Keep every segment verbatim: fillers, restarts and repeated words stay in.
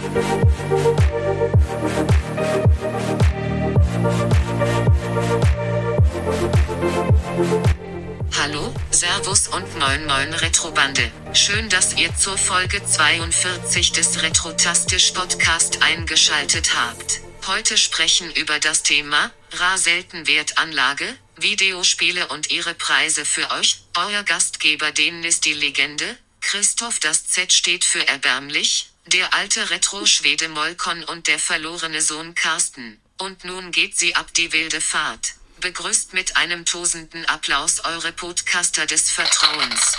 Hallo, Servus und Moin Moin Retrobande. Schön, dass ihr zur Folge zweiundvierzig des Retrotastisch Podcast eingeschaltet habt. Heute sprechen über das Thema Rar-Seltenwertanlage, Videospiele und ihre Preise für euch. Euer Gastgeber den ist die Legende, Christoph. Das Z steht für erbärmlich, der alte Retro-Schwede Molkon und der verlorene Sohn Carsten. Und nun geht sie ab die wilde Fahrt. Begrüßt mit einem tosenden Applaus eure Podcaster des Vertrauens.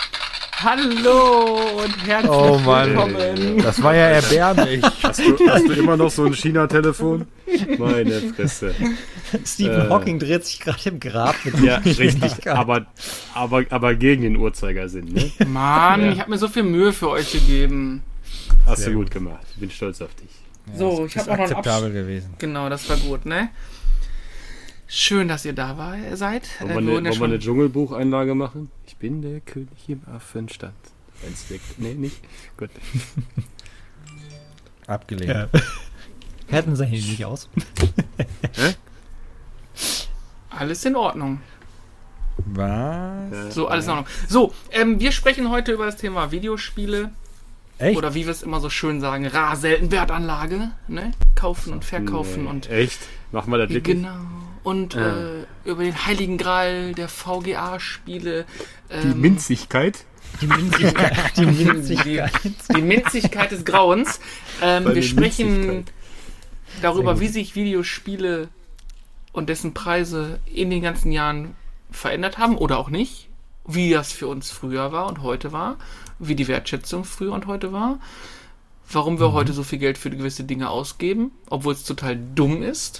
Hallo und herzlich oh Mann, willkommen. Das war ja erbärmlich. Hast du, hast du immer noch so ein China-Telefon? Meine Fresse. Stephen äh, Hawking dreht sich gerade im Grab mit Ja, richtig, aber, aber, aber gegen den Uhrzeigersinn, ne? Mann, Ja. ich habe mir so viel Mühe für euch gegeben. Hast Sehr du gut gut gemacht. Ich bin stolz auf dich. Ja, So, das ich habe ist auch noch einen akzeptabel Absch- gewesen. Genau, das war gut, ne? Schön, dass ihr da war, seid. Wollen Äh, wir, wir eine, wurden ja wollen wir schon- eine Dschungelbucheinlage machen? Ich bin der König im Affenstand. Wenn's weg. Nee, nicht? Gut. Abgelehnt. Ja. Hätten sie hier nicht aus. Hä? Alles in Ordnung. Was? Ja, So, alles in ja. Ordnung. So, ähm, wir sprechen heute über das Thema Videospiele. Echt? Oder wie wir es immer so schön sagen, Rar-Seltenwertanlage. Ne? Kaufen und verkaufen Nee. und... Echt? Machen wir das wirklich? Genau. Und Ah. äh, über den Heiligen Gral der V G A-Spiele. Die Ähm, Minzigkeit? Die Minzigkeit. Die Minzigkeit. Die Minzigkeit des Grauens. Ähm, Bei wir der sprechen Minzigkeit. darüber, Sehr wie gut. sich Videospiele und dessen Preise in den ganzen Jahren verändert haben oder auch nicht. Wie das für uns früher war und heute war. Wie die Wertschätzung früher und heute war. Warum wir Mhm. heute so viel Geld für gewisse Dinge ausgeben, obwohl es total dumm ist.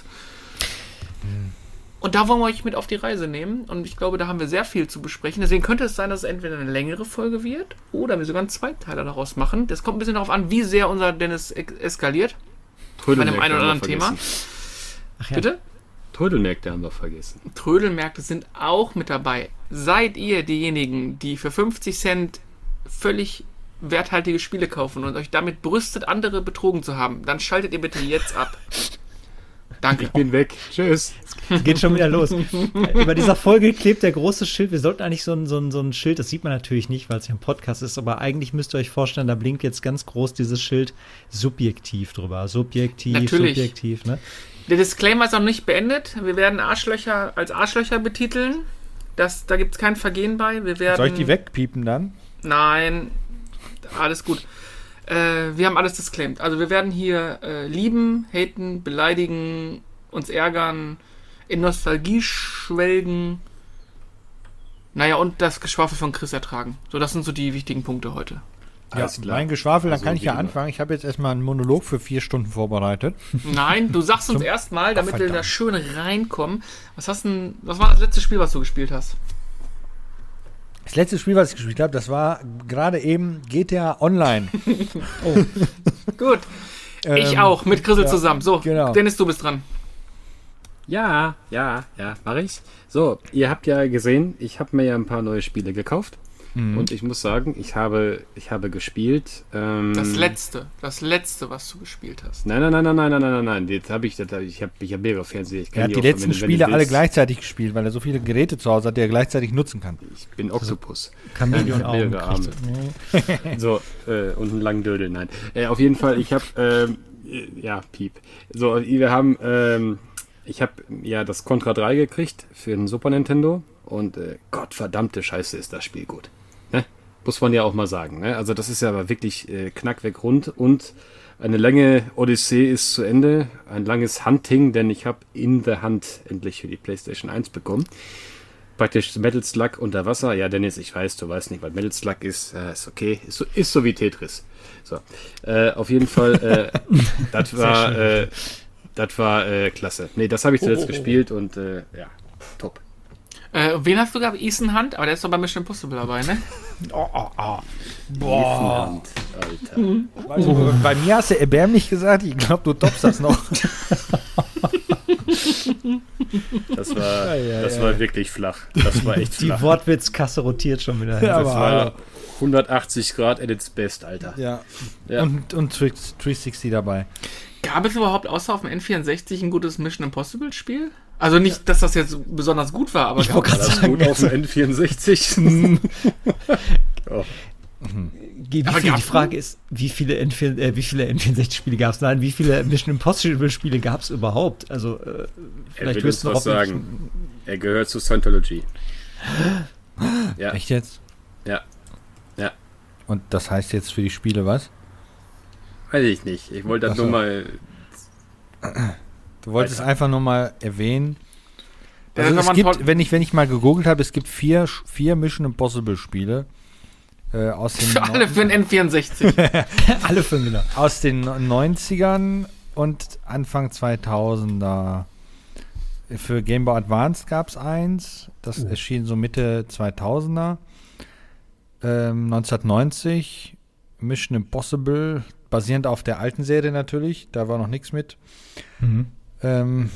Und da wollen wir euch mit auf die Reise nehmen. Und ich glaube, da haben wir sehr viel zu besprechen. Deswegen könnte es sein, dass es entweder eine längere Folge wird oder wir sogar einen Zweiteiler daraus machen. Das kommt ein bisschen darauf an, wie sehr unser Dennis e- eskaliert. Bei dem einen oder anderen Thema. Ach ja. Bitte? Trödelmärkte haben wir vergessen. Trödelmärkte sind auch mit dabei. Seid ihr diejenigen, die für fünfzig Cent völlig werthaltige Spiele kaufen und euch damit brüstet, andere betrogen zu haben, dann schaltet ihr bitte jetzt ab. Danke. Ich bin weg. Tschüss. Es geht schon wieder los. Über dieser Folge klebt der große Schild. Wir sollten eigentlich so ein, so ein, so ein Schild, das sieht man natürlich nicht, weil es ja ein Podcast ist, aber eigentlich müsst ihr euch vorstellen, da blinkt jetzt ganz groß dieses Schild subjektiv drüber. Subjektiv, Natürlich. subjektiv, ne? Der Disclaimer ist noch nicht beendet. Wir werden Arschlöcher als Arschlöcher betiteln. Das, da gibt es kein Vergehen bei. Wir werden, Soll ich die wegpiepen dann? Nein, alles gut. Äh, wir haben alles disclaimed. Also wir werden hier äh, lieben, haten, beleidigen, uns ärgern, in Nostalgie schwelgen. Naja, und das Geschwafel von Chris ertragen. So, das sind so die wichtigen Punkte heute. Alles klar. Mein Geschwafel, dann Also, kann ich wie ja immer. anfangen. Ich habe jetzt erstmal einen Monolog für vier Stunden vorbereitet. Nein, du sagst uns Zum- erstmal, damit Ach, wir da verdammt. schön reinkommen. Was hast denn, was war das letzte Spiel, was du gespielt hast? Das letzte Spiel, was ich gespielt habe, das war gerade eben G T A Online. Gut. Ich Ähm, auch, mit Chrisel ja, zusammen. So, genau. Dennis, du bist dran. Ja, ja, ja, mache ich. So, ihr habt ja gesehen, ich habe mir ja ein paar neue Spiele gekauft. Mhm. Und ich muss sagen, ich habe, ich habe gespielt. Ähm, Das letzte, das letzte, was du gespielt hast. Nein, nein, nein, nein, nein, nein, nein, nein. Jetzt habe ich, das hab ich, ich habe ich hab mehrere Fernseher. Ich kann Er hat die auch letzten verwenden, wenn Spiele du alle willst. gleichzeitig gespielt, weil er so viele Geräte zu Hause hat, die er gleichzeitig nutzen kann. Ich bin Oktopus. Chameleon Ich hab Augen. mehrere Arme. kriegst So, äh, und einen langen Dödel, nein. Äh, auf jeden Fall, ich habe, ähm, äh, ja, Piep. So, wir haben, ähm, ich habe ja das Contra drei gekriegt für den Super Nintendo und äh, Gottverdammte Scheiße ist das Spiel gut. Ne? Muss man ja auch mal sagen. Ne? Also das ist ja aber wirklich äh, knackweg rund und eine lange Odyssee ist zu Ende. Ein langes Hunting, denn ich habe in der Hand endlich für die PlayStation eins bekommen. Praktisch Metal Slug unter Wasser. Ja, Dennis, ich weiß, du weißt nicht, was Metal Slug ist. Ja, ist okay. Ist so, ist so wie Tetris. So. Äh, auf jeden Fall, äh, das war, äh, das war äh, klasse. Nee, das habe ich zuletzt Oh, oh, oh. gespielt und äh, ja, top. Äh, wen hast du gehabt? Ethan Hunt? Aber der ist doch bei Mission Impossible dabei, ne? Oh, oh, oh. Boah. Alter. Also, bei mir hast du erbärmlich gesagt, ich glaube, du toppst das noch. Das war, Ja, ja, das ja. war wirklich flach. Das war echt Die flach. Wortwitzkasse rotiert schon wieder. Ja, Das aber war, hallo. hundertachtzig Grad at its best, Alter. Ja. Ja. Und, und dreihundertsechzig dabei. Gab es überhaupt außer auf dem N vierundsechzig ein gutes Mission Impossible Spiel? Also nicht, dass das jetzt besonders gut war, aber Ich wollte gab gerade es- War das gut auf dem N vierundsechzig? oh. Wie Aber viel, die gab's Frage ist, wie viele, N vier, äh, wie viele N vierundsechzig-Spiele gab es? Nein, wie viele Mission Impossible-Spiele gab es überhaupt? Also, äh, Er vielleicht will wirst uns du was noch auf sagen. Er gehört zu Scientology. Ja, Echt jetzt? ja. Ja. Und das heißt jetzt für die Spiele was? Weiß ich nicht. Ich wollte das Ach so. nur mal... Du wolltest Weiter. einfach nur mal erwähnen. Der Also ist es aber ein gibt, toll- wenn ich, wenn ich mal gegoogelt habe, es gibt vier, vier Mission Impossible Spiele äh, aus den Für alle für den N vierundsechzig. alle fünf, genau. aus den neunzigern und Anfang zweitausender. Für Game Boy Advance gab es eins. Das Oh. erschien so Mitte zweitausender. Ähm, neunzehnhundertneunzig Mission Impossible, basierend auf der alten Serie natürlich. Da war noch nichts mit. Mhm. Ähm,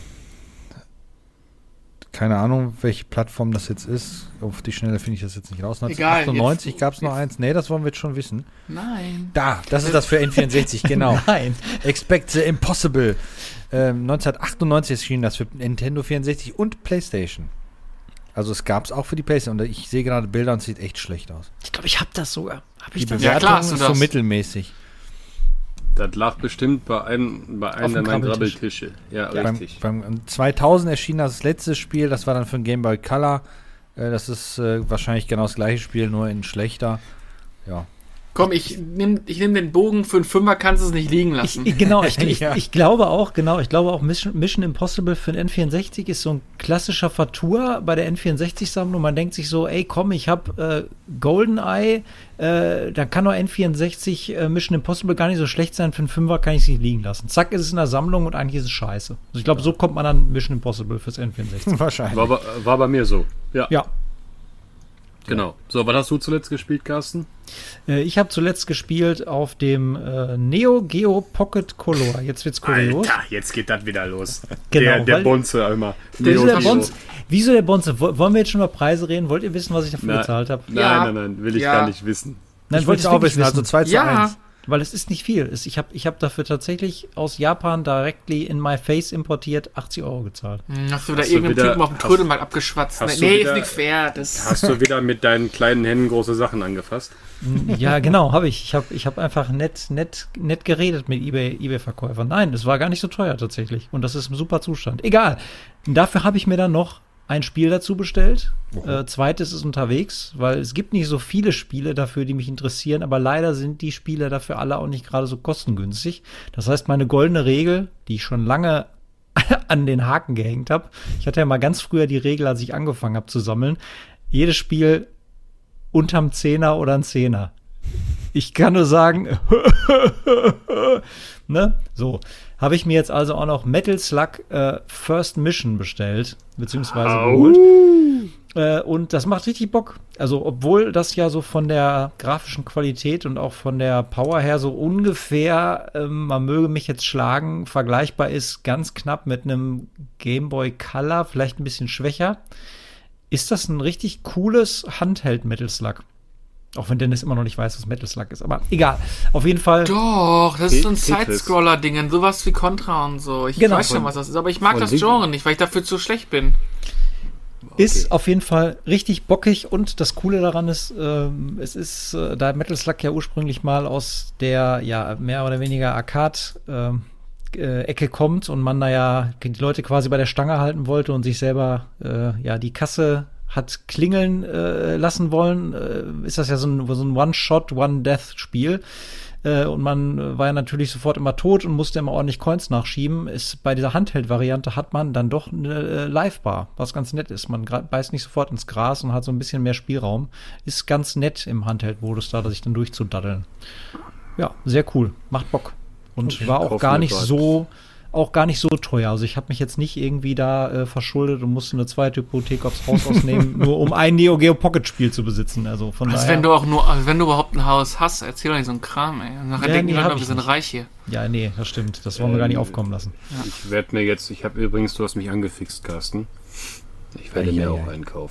keine Ahnung, welche Plattform das jetzt ist. Auf die Schnelle finde ich das jetzt nicht raus. Egal, neunzehnhundertachtundneunzig jetzt- gab es noch jetzt- eins. Nee, das wollen wir jetzt schon wissen. Nein. Da, das ist das für N vierundsechzig, genau. Nein. Expect the Impossible. Ähm, neunzehnhundertachtundneunzig erschien das für Nintendo vierundsechzig und PlayStation. Also es gab es auch für die PlayStation. Und ich sehe gerade Bilder und es sieht echt schlecht aus. Ich glaube, ich habe das sogar. Habe ich Die das? Ja, Bewertung klar hast du ist so das. mittelmäßig. Das lag bestimmt bei einem, bei einem dem der meinen Grabbeltisch. Grabbeltische. Ja, Beim, richtig. beim zweitausend erschien das letzte Spiel, das war dann für den Game Boy Color. Äh, das ist äh, wahrscheinlich genau das gleiche Spiel, nur in schlechter. Ja. Komm, ich nehme ich nehm den Bogen für einen Fünfer, kannst du es nicht liegen lassen. Ich, genau, ich, ich, Ja. ich glaube auch, genau, ich glaube auch Mission, Mission Impossible für den N vierundsechzig ist so ein klassischer Fatur bei der N vierundsechzig-Sammlung. Man denkt sich so, ey, komm, ich habe äh, GoldenEye, äh, dann kann doch N vierundsechzig äh, Mission Impossible gar nicht so schlecht sein, für einen Fünfer kann ich es nicht liegen lassen. Zack, ist es in der Sammlung und eigentlich ist es scheiße. Also ich glaube, so kommt man an Mission Impossible fürs N vierundsechzig. Wahrscheinlich. War, bei- war bei mir so. Ja, Ja, genau. So, was hast du zuletzt gespielt, Carsten? äh, ich habe zuletzt gespielt auf dem äh, Neo Geo Pocket Color. Jetzt wird's kurios. Alter, jetzt geht das wieder los. Genau, der der weil- Bonze immer. Wieso der, Neo Geo. Bonze, wieso der Bonze? Wo- Wollen wir jetzt schon über Preise reden? Wollt ihr wissen, was ich dafür Nein. bezahlt habe? Nein, Ja. nein, nein, will ich Ja. gar nicht wissen. Nein, Ich wollte wollte ich auch wirklich wissen, also zwei zu Ja. eins. Weil es ist nicht viel. Es- Ich habe ich hab dafür tatsächlich aus Japan directly in my face importiert achtzig Euro gezahlt. Hm, Hast du wieder Hast du irgendeinen wieder- Typen auf dem hast- Trödelmarkt abgeschwatzt? hast Nee, du nee wieder- ist nichts wert. Das Hast du wieder mit deinen kleinen Händen große Sachen angefasst? Ja, genau, habe ich. Ich habe ich hab einfach nett, nett, nett geredet mit eBay, eBay-Verkäufern. Nein, es war gar nicht so teuer tatsächlich. Und das ist im super Zustand. Egal. Dafür habe ich mir dann noch ein Spiel dazu bestellt. Äh, zweites ist unterwegs, weil es gibt nicht so viele Spiele dafür, die mich interessieren, aber leider sind die Spiele dafür alle auch nicht gerade so kostengünstig. Das heißt, meine goldene Regel, die ich schon lange an den Haken gehängt habe, ich hatte ja mal ganz früher die Regel, als ich angefangen habe zu sammeln, jedes Spiel unterm Zehner oder ein Zehner. Ich kann nur sagen, ne? So. Habe ich mir jetzt also auch noch Metal Slug äh, First Mission bestellt, beziehungsweise geholt. Äh, und das macht richtig Bock. Also, obwohl das ja so von der grafischen Qualität und auch von der Power her so ungefähr, ähm, man möge mich jetzt schlagen, vergleichbar ist, ganz knapp mit einem Game Boy Color, vielleicht ein bisschen schwächer, ist das ein richtig cooles Handheld Metal Slug. Auch wenn Dennis immer noch nicht weiß, was Metal Slug ist. Aber egal. Auf jeden Fall. Doch, das ist so ein Tetris. Sidescroller-Ding, sowas wie Contra und so. Ich Genau. weiß schon, was das ist, aber ich mag Von das Link- Genre nicht, weil ich dafür zu schlecht bin. Ist auf jeden Fall richtig bockig und das Coole daran ist, ähm, es ist, äh, da Metal Slug ja ursprünglich mal aus der, ja, mehr oder weniger Arcade, ähm, äh, Ecke kommt und man da ja die Leute quasi bei der Stange halten wollte und sich selber, äh, ja, die Kasse hat klingeln äh, lassen wollen, äh, ist das ja so ein, so ein One-Shot, One-Death-Spiel. Äh, und man äh, war ja natürlich sofort immer tot und musste immer ordentlich Coins nachschieben. Ist, bei dieser Handheld-Variante hat man dann doch eine äh, Live-Bar, was ganz nett ist. Man gra- beißt nicht sofort ins Gras und hat so ein bisschen mehr Spielraum. Ist ganz nett im Handheld-Modus da, sich dann durchzudaddeln. Ja, sehr cool. Macht Bock. Und Okay, war auch kaufen gar wir nicht bald. so auch gar nicht so teuer. Also ich habe mich jetzt nicht irgendwie da äh, verschuldet und musste eine zweite Hypothek aufs Haus ausnehmen, nur um ein Neo Geo Pocket Spiel zu besitzen. Also von Also daher. wenn du auch nur, also wenn du überhaupt ein Haus hast, erzähl doch nicht so einen Kram, ey. Und nachher Ja, denken nee, die hab Leute, ich wir sind nicht. reich hier. Ja, nee, das stimmt. Das wollen wir gar nicht Ähm, aufkommen lassen. Ich werde mir jetzt, ich habe übrigens, du hast mich angefixt, Carsten. Ich werde Ei, mir ei, auch ei. einen kaufen.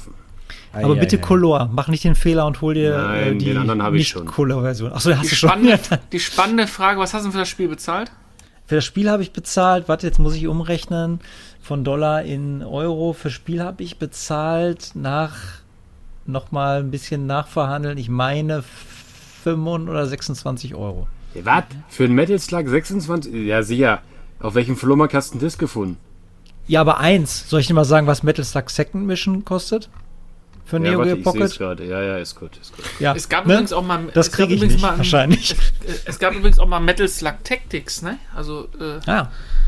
Aber Ei, bitte ei, ei. Color. Mach nicht den Fehler und hol dir Nein, äh, die den anderen habe ich schon. Nicht-Color-Version. Achso, den hast Die du schon. spannende, Ja, die spannende Frage, was hast du denn für das Spiel bezahlt? für das Spiel habe ich bezahlt, warte, jetzt muss ich umrechnen, von Dollar in Euro. Für Spiel habe ich bezahlt nach, nochmal ein bisschen nachverhandeln, ich meine fünfundzwanzig oder sechsundzwanzig Euro. Was? Für einen Metal Slug sechsundzwanzig? Ja, sicher. Auf welchem Flohmarkt hast du denn das gefunden? Ja, aber eins, soll ich dir mal sagen, was Metal Slug Second Mission kostet? Für Ja, Neo warte, Geo ich Pocket? seh's gerade. Ja, ja, ist gut, ist gut. Ja, Es gab ne? übrigens auch mal. Das es gab kriege ich übrigens nicht, mal, wahrscheinlich. Es, es gab übrigens auch mal Metal Slug Tactics, ne? Also, äh, Ah,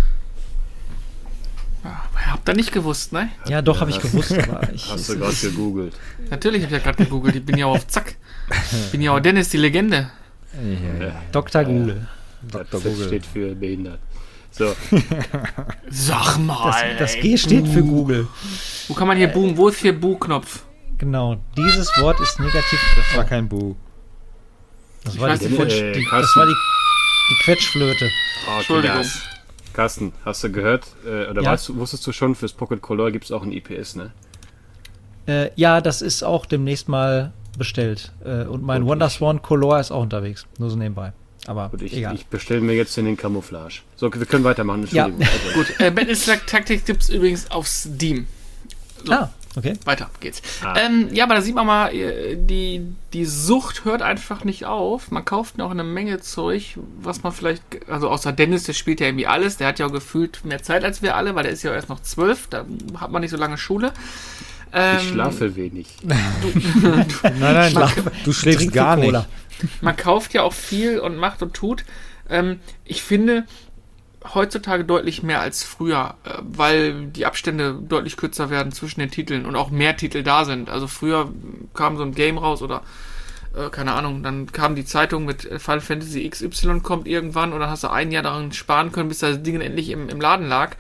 ja, habt ihr nicht gewusst, ne? ja, doch, habe ich hast- gewusst. Aber ich, Hast du gerade gegoogelt. Natürlich hab ich ja gerade gegoogelt. Ich bin ja auch auf Zack. Ich bin ja auch Dennis, die Legende. Ei, ei, ei. Doktor Google. Doktor Das Google. steht für behindert. So, Sag mal. Das, das ey. G steht für Google. Wo kann man hier Boom? Wo ist hier Bu-Knopf? Genau, dieses Wort ist negativ. Das war kein Bu. Das Ich war weiß die, nicht, Quetsch, äh, die, das Carsten. war die, die Quetschflöte. okay, Entschuldigung. das. Carsten, hast du gehört? Äh, oder Ja. weißt du, wusstest du schon, fürs Pocket Color gibt es auch ein I P S, ne? Äh, ja, das ist auch demnächst mal bestellt. Äh, und mein Gut, Wonderswan Color ist auch unterwegs. Nur so nebenbei. Aber Gut, ich, egal. ich bestelle mir jetzt in den Camouflage. So, wir können weitermachen. Ja. Entschuldigung. Also, Gut, äh, Metal Slug Tactics gibt's übrigens auf Steam. So. Ah, okay. Weiter geht's. Ah. Ähm, ja, aber da sieht man mal, äh, die, die Sucht hört einfach nicht auf. Man kauft noch eine Menge Zeug, was man vielleicht, also außer Dennis, der spielt ja irgendwie alles, der hat ja auch gefühlt mehr Zeit als wir alle, weil der ist ja erst noch zwölf, da hat man nicht so lange Schule. Ähm, ich schlafe wenig. Nein, nein, du, du schläfst Trink gar viel nicht. Cola. Man kauft ja auch viel und macht und tut. Ähm, ich finde heutzutage deutlich mehr als früher, äh, weil die Abstände deutlich kürzer werden zwischen den Titeln und auch mehr Titel da sind. Also früher kam so ein Game raus oder äh, keine Ahnung, dann kam die Zeitung mit Final Fantasy X Y kommt irgendwann und dann hast du ein Jahr daran sparen können, bis das Ding endlich im, im Laden lag.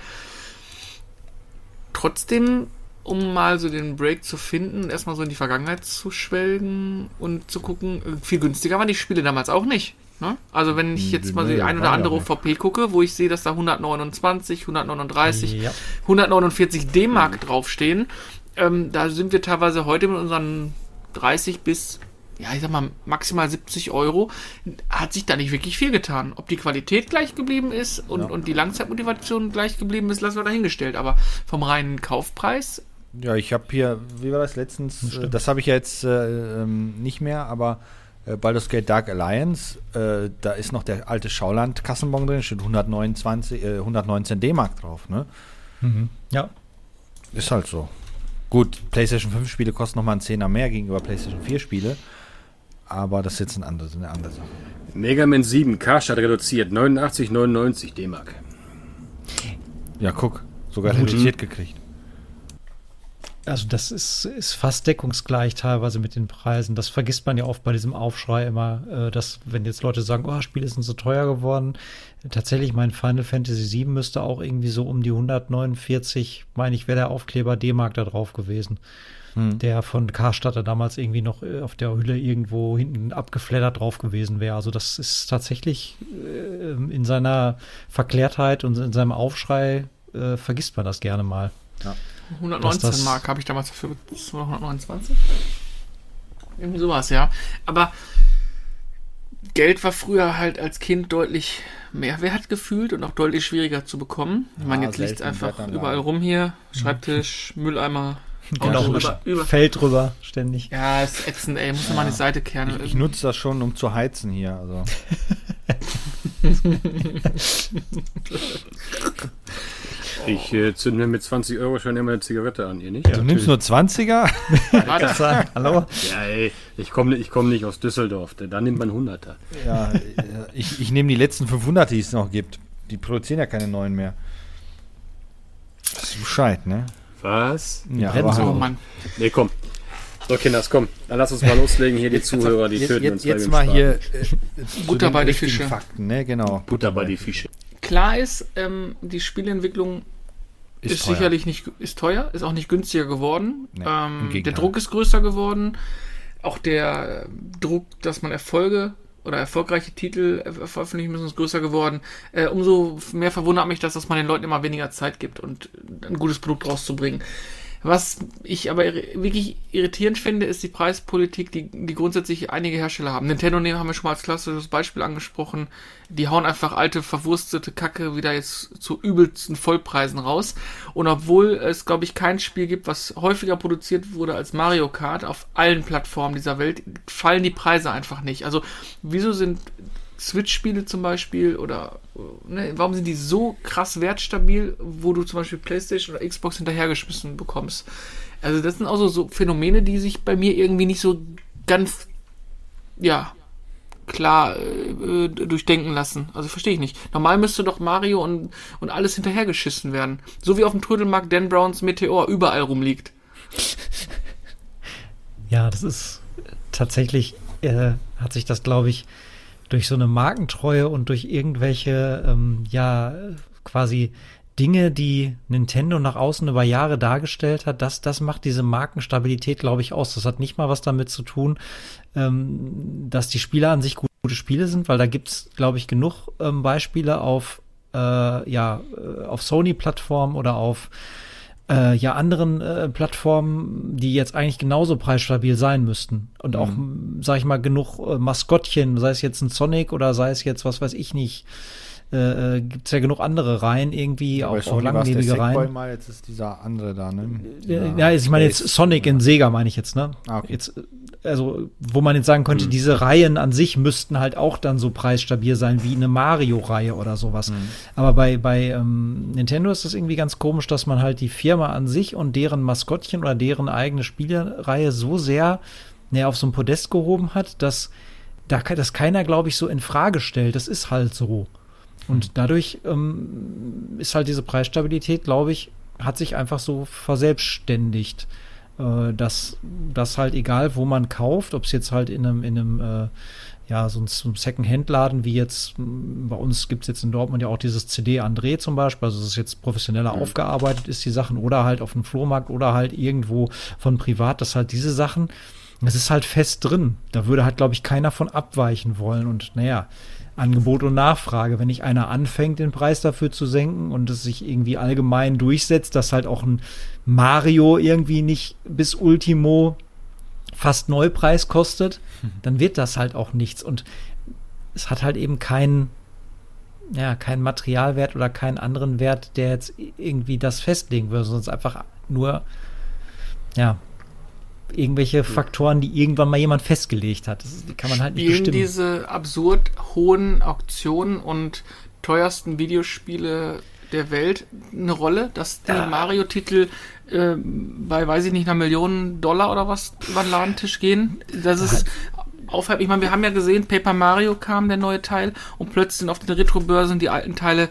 Trotzdem, um mal so den Break zu finden, erstmal so in die Vergangenheit zu schwelgen und zu gucken, viel günstiger waren die Spiele damals auch nicht. Ne? Also wenn ich jetzt mal so die ein oder andere O V P gucke, wo ich sehe, dass da hundertneunundzwanzig, hundertneununddreißig, Ja. hundertneunundvierzig D-Mark draufstehen, ähm, da sind wir teilweise heute mit unseren dreißig bis, ja ich sag mal, maximal siebzig Euro, hat sich da nicht wirklich viel getan. Ob die Qualität gleich geblieben ist und, Ja. und die Langzeitmotivation gleich geblieben ist, lassen wir dahingestellt. Aber vom reinen Kaufpreis, Ja, ich habe hier, wie war das letztens? Äh, das habe ich ja jetzt äh, ähm, nicht mehr, aber äh, Baldur's Gate Dark Alliance, äh, da ist noch der alte Schauland-Kassenbon drin, steht hundertneunundzwanzig, äh, hundertneunzehn D-Mark drauf, ne? Mhm. Ja. Ist halt so. Gut, PlayStation fünf Spiele kosten nochmal einen Zehner mehr gegenüber PlayStation vier Spiele, aber das ist jetzt eine andere, eine andere Sache. Mega Man sieben, Karstadt reduziert, neunundachtzig neunundneunzig D-Mark. Ja, guck, sogar Gut. reduziert gekriegt. Also das ist, ist fast deckungsgleich teilweise mit den Preisen. Das vergisst man ja oft bei diesem Aufschrei immer, äh, dass wenn jetzt Leute sagen, oh, Spiele sind so teuer geworden. Tatsächlich, mein Final Fantasy sieben müsste auch irgendwie so um die hundertneunundvierzig, meine ich, wäre der Aufkleber D-Mark da drauf gewesen. Hm. Der von Karstadt damals irgendwie noch äh, auf der Hülle irgendwo hinten abgeflattert drauf gewesen wäre. Also das ist tatsächlich äh, in seiner Verklärtheit und in seinem Aufschrei äh, vergisst man das gerne mal. hundertneunzehn Das- das- Mark habe ich damals dafür bezahlt. hundertneunundzwanzig? Irgendwie sowas, ja. Aber Geld war früher halt als Kind deutlich mehr wert gefühlt und auch deutlich schwieriger zu bekommen. Ich meine, Ja, jetzt liegt es selten einfach Wertanlagen. überall rum hier. Schreibtisch, Mülleimer. Genau, Auto, über, über, über. Fällt drüber ständig. Ja, ist ätzend, ey. Muss man mal an die Seite kehren. Ich, ich nutze das schon, um zu heizen hier. Also. Ich äh, zünde mir mit zwanzig Euro schon immer eine Zigarette an, ihr nicht? Du nimmst nur zwanziger? Warte, Sagen, hallo? Ja, ey, ich komme ich komm nicht aus Düsseldorf, da nimmt man Hunderter. Ja, äh, ich, ich nehme die letzten fünfhundert, die es noch gibt. Die produzieren ja keine neuen mehr. Das ist Bescheid, ne? Was? Ja, Brennen aber so. oh hallo. Mann. Nee, komm. So, Kinders, komm. Dann lass uns mal loslegen. Hier die Zuhörer, die jetzt, töten jetzt, uns. jetzt weil mal wir hier sparen. äh, zu Butter den bei die richtigen Fische. Fakten, ne? Genau. Butter bei die Fische. Klar ist, ähm, die Spieleentwicklung ist, teuer. sicherlich nicht ist teuer, ist auch nicht günstiger geworden. Nee, ähm, im Gegenteil. der Druck ist größer geworden. Auch der äh, Druck, dass man Erfolge oder erfolgreiche Titel äh, veröffentlichen müssen, ist größer geworden. Äh, umso mehr verwundert mich das, dass man den Leuten immer weniger Zeit gibt und ein gutes Produkt rauszubringen. Was ich aber irri- wirklich irritierend finde, ist die Preispolitik, die, die grundsätzlich einige Hersteller haben. Nintendo nehmen haben wir schon mal als klassisches Beispiel angesprochen. Die hauen einfach alte, verwurstete Kacke wieder jetzt zu übelsten Vollpreisen raus. Und obwohl es, glaube ich, kein Spiel gibt, was häufiger produziert wurde als Mario Kart auf allen Plattformen dieser Welt, fallen die Preise einfach nicht. Also, wieso sind Switch-Spiele zum Beispiel oder ne, warum sind die so krass wertstabil, wo du zum Beispiel PlayStation oder Xbox hinterhergeschmissen bekommst? Also das sind auch so, so Phänomene, die sich bei mir irgendwie nicht so ganz, ja, klar äh, durchdenken lassen. Also verstehe ich nicht. Normal müsste doch Mario und, und alles hinterhergeschissen werden. So wie auf dem Trödelmarkt Dan Browns Meteor überall rumliegt. Ja, das ist tatsächlich, äh, hat sich das, glaube ich, durch so eine Markentreue und durch irgendwelche, ähm, ja, quasi Dinge, die Nintendo nach außen über Jahre dargestellt hat, das, das macht diese Markenstabilität, glaube ich, aus. Das hat nicht mal was damit zu tun, ähm, dass die Spiele an sich gute Spiele sind, weil da gibt's, glaube ich, genug ähm, Beispiele auf, äh, ja, auf Sony-Plattformen oder auf Äh, ja, anderen äh, Plattformen, die jetzt eigentlich genauso preisstabil sein müssten. Und auch, mhm. sag ich mal, genug äh, Maskottchen, sei es jetzt ein Sonic oder sei es jetzt, was weiß ich nicht, äh, gibt es ja genug andere Reihen irgendwie, ja, auch, auch langlebige Reihen. Mal, jetzt ist dieser andere da, ne? Dieser ja, ich meine jetzt Sonic in Sega, meine ich jetzt, ne? Ah, okay. Jetzt, also, wo man jetzt sagen könnte, mhm. diese Reihen an sich müssten halt auch dann so preisstabil sein wie eine Mario-Reihe oder sowas. Mhm. Aber bei, bei ähm, Nintendo ist das irgendwie ganz komisch, dass man halt die Firma an sich und deren Maskottchen oder deren eigene Spielereihe so sehr ne, auf so ein Podest gehoben hat, dass da das keiner, glaube ich, so in Frage stellt. Das ist halt so. Und dadurch ähm, ist halt diese Preisstabilität, glaube ich, hat sich einfach so verselbstständigt. Dass das halt egal, wo man kauft, ob es jetzt halt in einem, in einem äh, ja, so einem Second-Hand-Laden wie jetzt, bei uns gibt es jetzt in Dortmund ja auch dieses C D André zum Beispiel, also es ist jetzt professioneller mhm. aufgearbeitet ist, die Sachen, oder halt auf dem Flohmarkt oder halt irgendwo von privat, dass halt diese Sachen, das ist halt fest drin. Da würde halt, glaube ich, keiner von abweichen wollen und naja, Angebot und Nachfrage. Wenn nicht einer anfängt, den Preis dafür zu senken und es sich irgendwie allgemein durchsetzt, dass halt auch ein Mario irgendwie nicht bis Ultimo fast Neupreis kostet, mhm. dann wird das halt auch nichts. Und es hat halt eben keinen, ja, keinen Materialwert oder keinen anderen Wert, der jetzt irgendwie das festlegen würde, sondern es ist einfach nur, ja, irgendwelche Faktoren, die irgendwann mal jemand festgelegt hat. Das die kann man halt nicht bestimmen. bestimmen. Diese absurd hohen Auktionen und teuersten Videospiele der Welt eine Rolle, dass die ja. Mario-Titel äh, bei, weiß ich nicht, einer Million Dollar oder was über den Ladentisch gehen? Das ist aufhört. Ich meine, wir haben ja gesehen, Paper Mario kam, der neue Teil, und plötzlich sind auf den Retro-Börsen die alten Teile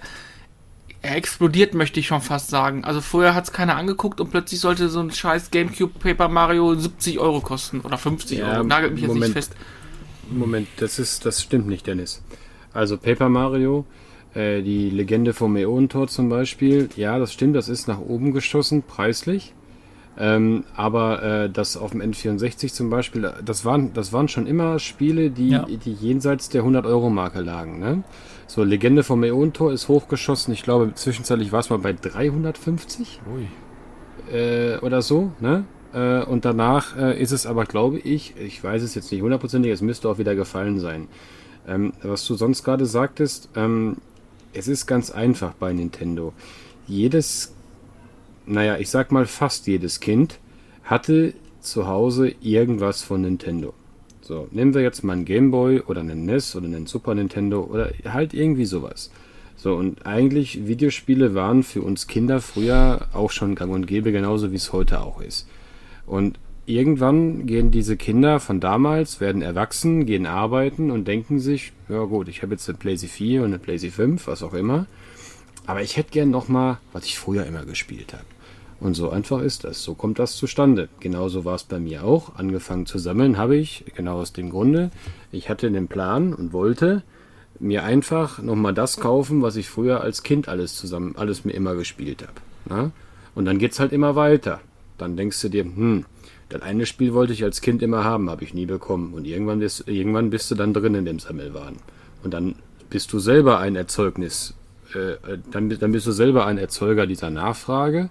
er explodiert, möchte ich schon fast sagen. Also vorher hat es keiner angeguckt und plötzlich sollte so ein scheiß Gamecube Paper Mario siebzig Euro kosten oder fünfzig ja, Euro. Nagelt mich Moment, jetzt nicht fest. Moment, das ist, das stimmt nicht, Dennis. Also Paper Mario, äh, die Legende vom Äonentor zum Beispiel, ja, das stimmt, das ist nach oben geschossen, preislich. Ähm, aber äh, das auf dem N vierundsechzig zum Beispiel, das waren, das waren schon immer Spiele, die, ja. die jenseits der hundert-Euro-Marke lagen, ne? So, Legende vom Äonentor ist hochgeschossen. Ich glaube, zwischenzeitlich war es mal bei dreihundertfünfzig Ui. Äh, oder so, ne? Äh, und danach äh, ist es aber, glaube ich, ich weiß es jetzt nicht hundertprozentig, es müsste auch wieder gefallen sein. Ähm, was du sonst gerade sagtest, ähm, es ist ganz einfach bei Nintendo. Jedes, naja, ich sag mal fast jedes Kind hatte zu Hause irgendwas von Nintendo. So, nehmen wir jetzt mal einen Gameboy oder einen N E S oder einen Super Nintendo oder halt irgendwie sowas. So, und eigentlich Videospiele waren für uns Kinder früher auch schon gang und gäbe, genauso wie es heute auch ist. Und irgendwann gehen diese Kinder von damals, werden erwachsen, gehen arbeiten und denken sich, ja gut, ich habe jetzt eine PlayStation vier und eine PlayStation fünf, was auch immer, aber ich hätte gern nochmal, was ich früher immer gespielt habe. Und so einfach ist das. So kommt das zustande. Genauso war es bei mir auch. Angefangen zu sammeln habe ich, genau aus dem Grunde. Ich hatte den Plan und wollte mir einfach nochmal das kaufen, was ich früher als Kind alles zusammen, alles mir immer gespielt habe. Na? Und dann geht's halt immer weiter. Dann denkst du dir, hm, das eine Spiel wollte ich als Kind immer haben, habe ich nie bekommen. Und irgendwann bist, irgendwann bist du dann drin in dem Sammelwahn. Und dann bist du selber ein Erzeugnis, äh, dann, dann bist du selber ein Erzeuger dieser Nachfrage.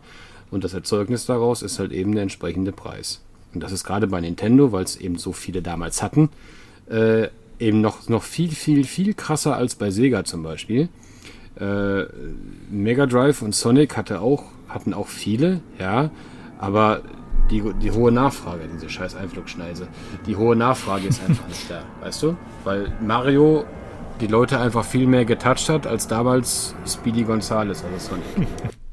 und das Erzeugnis daraus ist halt eben der entsprechende Preis. Und das ist gerade bei Nintendo, weil es eben so viele damals hatten, äh, eben noch, noch viel, viel, viel krasser als bei Sega zum Beispiel. Äh, Mega Drive und Sonic hatte auch, hatten auch viele, ja, aber die, die hohe Nachfrage, diese scheiß Einflugschneise, die hohe Nachfrage ist einfach nicht da, weißt du? Weil Mario die Leute einfach viel mehr getoucht hat, als damals Speedy Gonzales oder Sonic.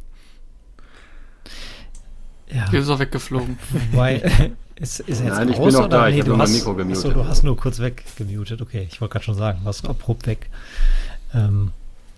Ja. Hier ist auch weggeflogen. Wobei, ist, ist jetzt Nein, ich aus, bin noch oder? da, ich Nee, habe du nur mein hast- Mikro gemutet. Achso, du hast nur kurz weggemutet. Okay, ich wollte gerade schon sagen, warst abrupt weg. Ähm,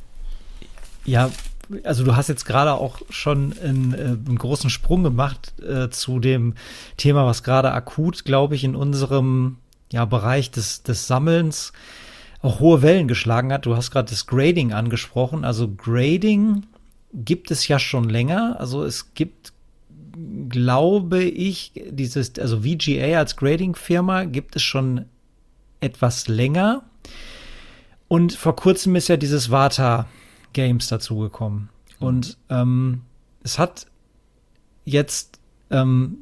ja, also du hast jetzt gerade auch schon einen, äh, einen großen Sprung gemacht äh, zu dem Thema, was gerade akut, glaube ich, in unserem ja, Bereich des, des Sammelns auch hohe Wellen geschlagen hat. Du hast gerade das Grading angesprochen. Also Grading gibt es ja schon länger. Also es gibt, glaube ich, dieses, also V G A als Grading-Firma gibt es schon etwas länger. Und vor kurzem ist ja dieses Vata Games dazugekommen. Mhm. Und ähm, es hat jetzt, ähm,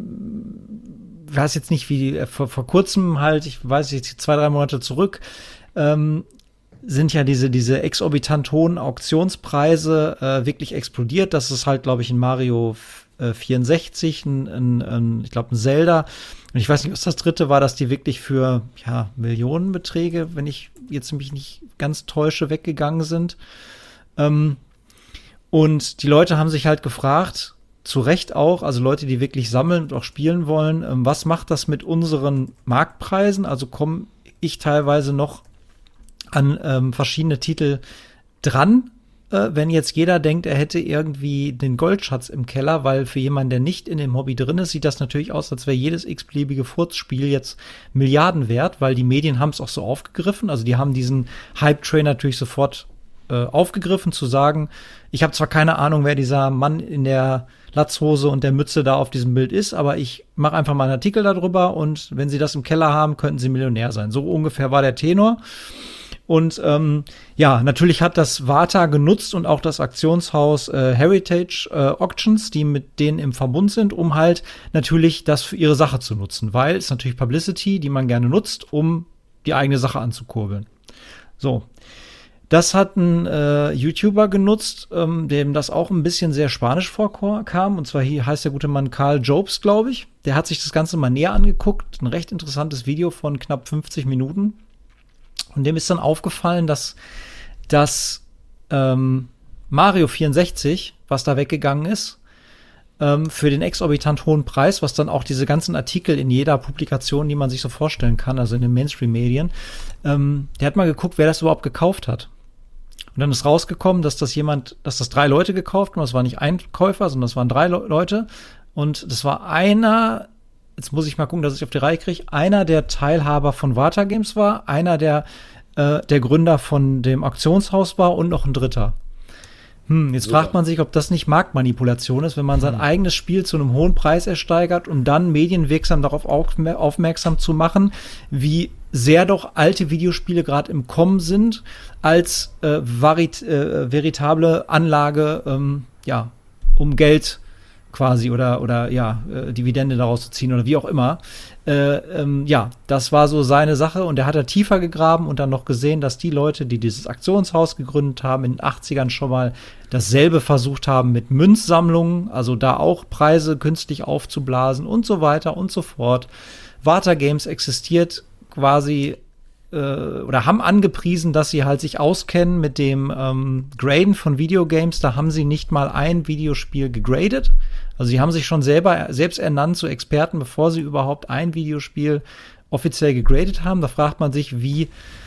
ich weiß jetzt nicht, wie äh, vor, vor kurzem halt, ich weiß jetzt zwei, drei Monate zurück, ähm, sind ja diese, diese exorbitant hohen Auktionspreise äh, wirklich explodiert. Das ist halt, glaube ich, in Mario äh, vierundsechzig, ein, ein, ein, ich glaube, ein Zelda. Und ich weiß nicht, was das dritte war, dass die wirklich für ja, Millionenbeträge, wenn ich jetzt mich nicht ganz täusche, weggegangen sind. Ähm, und die Leute haben sich halt gefragt, zu Recht auch, also Leute, die wirklich sammeln und auch spielen wollen, ähm, was macht das mit unseren Marktpreisen? Also komme ich teilweise noch an ähm, verschiedene Titel dran, äh, wenn jetzt jeder denkt, er hätte irgendwie den Goldschatz im Keller, weil für jemanden, der nicht in dem Hobby drin ist, sieht das natürlich aus, als wäre jedes x-beliebige Furzspiel jetzt Milliarden wert, weil die Medien haben es auch so aufgegriffen, also die haben diesen Hype-Train natürlich sofort äh, aufgegriffen, zu sagen, ich habe zwar keine Ahnung, wer dieser Mann in der Latzhose und der Mütze da auf diesem Bild ist, aber ich mache einfach mal einen Artikel darüber und wenn Sie das im Keller haben, könnten Sie Millionär sein. So ungefähr war der Tenor. Und ähm, ja, natürlich hat das Vata genutzt und auch das Aktionshaus äh, Heritage äh, Auctions, die mit denen im Verbund sind, um halt natürlich das für ihre Sache zu nutzen, weil es natürlich Publicity, die man gerne nutzt, um die eigene Sache anzukurbeln. So. Das hat ein äh, YouTuber genutzt, ähm, dem das auch ein bisschen sehr spanisch vorkam. Und zwar hier heißt der gute Mann Karl Jobs, glaube ich. Der hat sich das Ganze mal näher angeguckt. Ein recht interessantes Video von knapp fünfzig Minuten. Und dem ist dann aufgefallen, dass das ähm, Mario vierundsechzig, was da weggegangen ist, ähm, für den exorbitant hohen Preis, was dann auch diese ganzen Artikel in jeder Publikation, die man sich so vorstellen kann, also in den Mainstream-Medien, ähm, der hat mal geguckt, wer das überhaupt gekauft hat. Und dann ist rausgekommen, dass das jemand, dass das drei Leute gekauft haben. Das war nicht ein Käufer, sondern das waren drei Le- Leute. Und das war einer, jetzt muss ich mal gucken, dass ich auf die Reihe kriege, einer der Teilhaber von Vata Games war, einer der, äh, der Gründer von dem Auktionshaus war und noch ein dritter. Hm, jetzt Super. Fragt man sich, ob das nicht Marktmanipulation ist, wenn man sein hm. eigenes Spiel zu einem hohen Preis ersteigert, um dann medienwirksam darauf aufmer- aufmerksam zu machen, wie sehr doch alte Videospiele gerade im Kommen sind, als äh, varit, äh, veritable Anlage, ähm, ja, um Geld quasi oder oder ja, äh, Dividende daraus zu ziehen oder wie auch immer. Äh, ähm, ja, das war so seine Sache und er hat da tiefer gegraben und dann noch gesehen, dass die Leute, die dieses Aktionshaus gegründet haben, in den achtzigern schon mal dasselbe versucht haben mit Münzsammlungen, also da auch Preise künstlich aufzublasen und so weiter und so fort. Vata Games existiert quasi äh, oder haben angepriesen, dass sie halt sich auskennen mit dem ähm, Graden von Videogames. Da haben sie nicht mal ein Videospiel gegradet. Also sie haben sich schon selber selbst ernannt zu Experten, bevor sie überhaupt ein Videospiel offiziell gegradet haben. Da fragt man sich, wie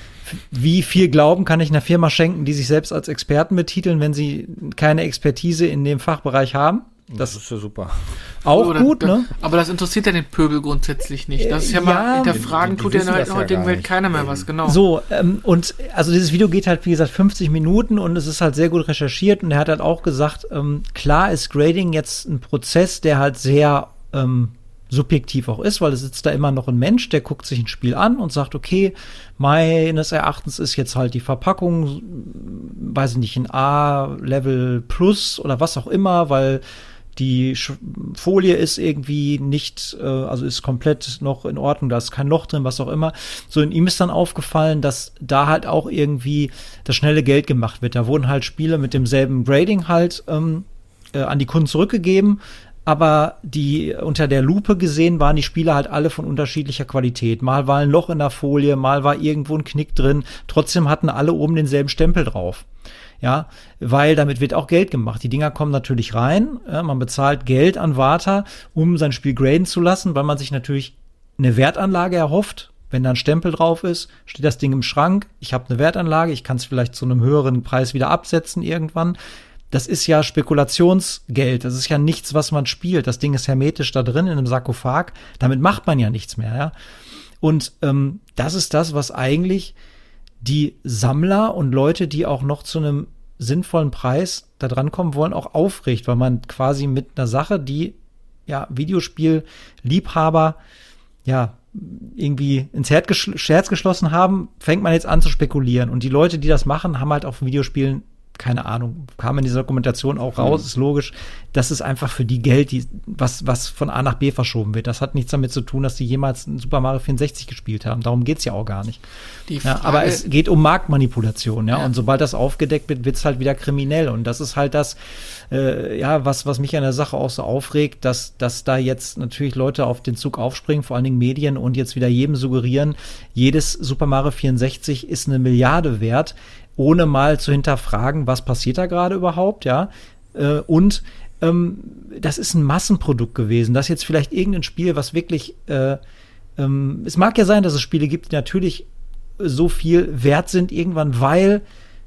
wie viel Glauben kann ich einer Firma schenken, die sich selbst als Experten betiteln, wenn sie keine Expertise in dem Fachbereich haben? Das, das ist ja super. Auch Oder, gut, ne? Aber das interessiert ja den Pöbel grundsätzlich nicht. Das ist ja, ja mal hinterfragen, tut ja in der heutigen ja Welt keiner mehr was, genau. So, ähm, und also dieses Video geht halt, wie gesagt, fünfzig Minuten und es ist halt sehr gut recherchiert und er hat halt auch gesagt, ähm, klar ist Grading jetzt ein Prozess, der halt sehr ähm, subjektiv auch ist, weil es sitzt da immer noch ein Mensch, der guckt sich ein Spiel an und sagt, okay, meines Erachtens ist jetzt halt die Verpackung, weiß ich nicht, ein A-Level Plus oder was auch immer, weil die Sch- Folie ist irgendwie nicht, äh, also ist komplett noch in Ordnung, da ist kein Loch drin, was auch immer. So, in ihm ist dann aufgefallen, dass da halt auch irgendwie das schnelle Geld gemacht wird. Da wurden halt Spiele mit demselben Grading halt ähm, äh, an die Kunden zurückgegeben, aber die unter der Lupe gesehen waren die Spiele halt alle von unterschiedlicher Qualität. Mal war ein Loch in der Folie, mal war irgendwo ein Knick drin. Trotzdem hatten alle oben denselben Stempel drauf. Ja, weil damit wird auch Geld gemacht. Die Dinger kommen natürlich rein. Ja, man bezahlt Geld an Warta, um sein Spiel graden zu lassen, weil man sich natürlich eine Wertanlage erhofft. Wenn da ein Stempel drauf ist, steht das Ding im Schrank. Ich habe eine Wertanlage, ich kann es vielleicht zu einem höheren Preis wieder absetzen irgendwann. Das ist ja Spekulationsgeld. Das ist ja nichts, was man spielt. Das Ding ist hermetisch da drin in einem Sarkophag. Damit macht man ja nichts mehr. Ja? Und ähm, das ist das, was eigentlich die Sammler und Leute, die auch noch zu einem sinnvollen Preis da dran kommen wollen, auch aufregt, weil man quasi mit einer Sache, die ja Videospielliebhaber ja irgendwie ins Herz, geschl- Herz geschlossen haben, fängt man jetzt an zu spekulieren. Und die Leute, die das machen, haben halt auf Videospielen keine Ahnung, kam in dieser Dokumentation auch raus, mhm. ist logisch, das ist einfach für die Geld, die, was, was von A nach B verschoben wird. Das hat nichts damit zu tun, dass die jemals ein Super Mario vierundsechzig gespielt haben. Darum geht's ja auch gar nicht. Die ja, aber es geht um Marktmanipulation, ja? Ja. Und sobald das aufgedeckt wird, wird's halt wieder kriminell. Und das ist halt das, äh, ja, was, was mich an der Sache auch so aufregt, dass, dass da jetzt natürlich Leute auf den Zug aufspringen, vor allen Dingen Medien, und jetzt wieder jedem suggerieren, jedes Super Mario vierundsechzig ist eine Milliarde wert, ohne mal zu hinterfragen, was passiert da gerade überhaupt, ja. Äh, und ähm, das ist ein Massenprodukt gewesen. Das ist jetzt vielleicht irgendein Spiel, was wirklich, äh, ähm, es mag ja sein, dass es Spiele gibt, die natürlich so viel wert sind irgendwann, weil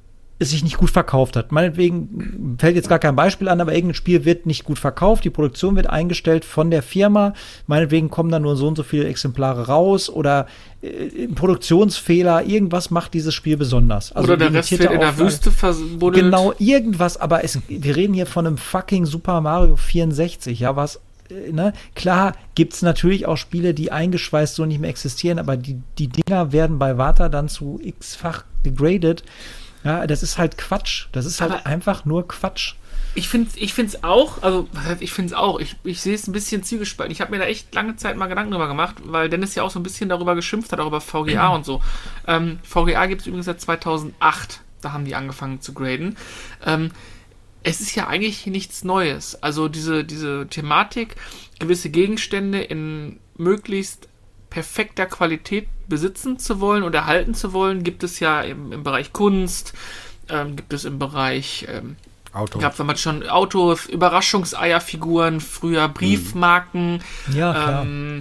es sich nicht gut verkauft hat. Meinetwegen fällt jetzt gar kein Beispiel an, aber irgendein Spiel wird nicht gut verkauft, die Produktion wird eingestellt von der Firma, meinetwegen kommen da nur so und so viele Exemplare raus oder äh, ein Produktionsfehler, irgendwas macht dieses Spiel besonders. Also oder der Rest wird in der Wüste verbuddelt. Genau, irgendwas, aber es, wir reden hier von einem fucking Super Mario vierundsechzig, ja, was, äh, ne? Klar gibt's natürlich auch Spiele, die eingeschweißt so nicht mehr existieren, aber die, die Dinger werden bei Warta dann zu x-fach gegradet. Ja, das ist halt Quatsch. Das ist halt aber einfach nur Quatsch. Ich finde ich finde es auch, also was heißt, ich finde es auch, ich, ich sehe es ein bisschen zwiegespalten. Ich habe mir da echt lange Zeit mal Gedanken drüber gemacht, weil Dennis ja auch so ein bisschen darüber geschimpft hat, auch über V G A und so. Ähm, V G A gibt es übrigens seit zweitausendacht, da haben die angefangen zu graden. Ähm, es ist ja eigentlich nichts Neues. Also diese, diese Thematik, gewisse Gegenstände in möglichst perfekter Qualität besitzen zu wollen und erhalten zu wollen, gibt es ja im, im Bereich Kunst, ähm, gibt es im Bereich ähm, Auto. Gab es damals schon Autos, Überraschungseierfiguren, früher Briefmarken, ja, klar. ähm,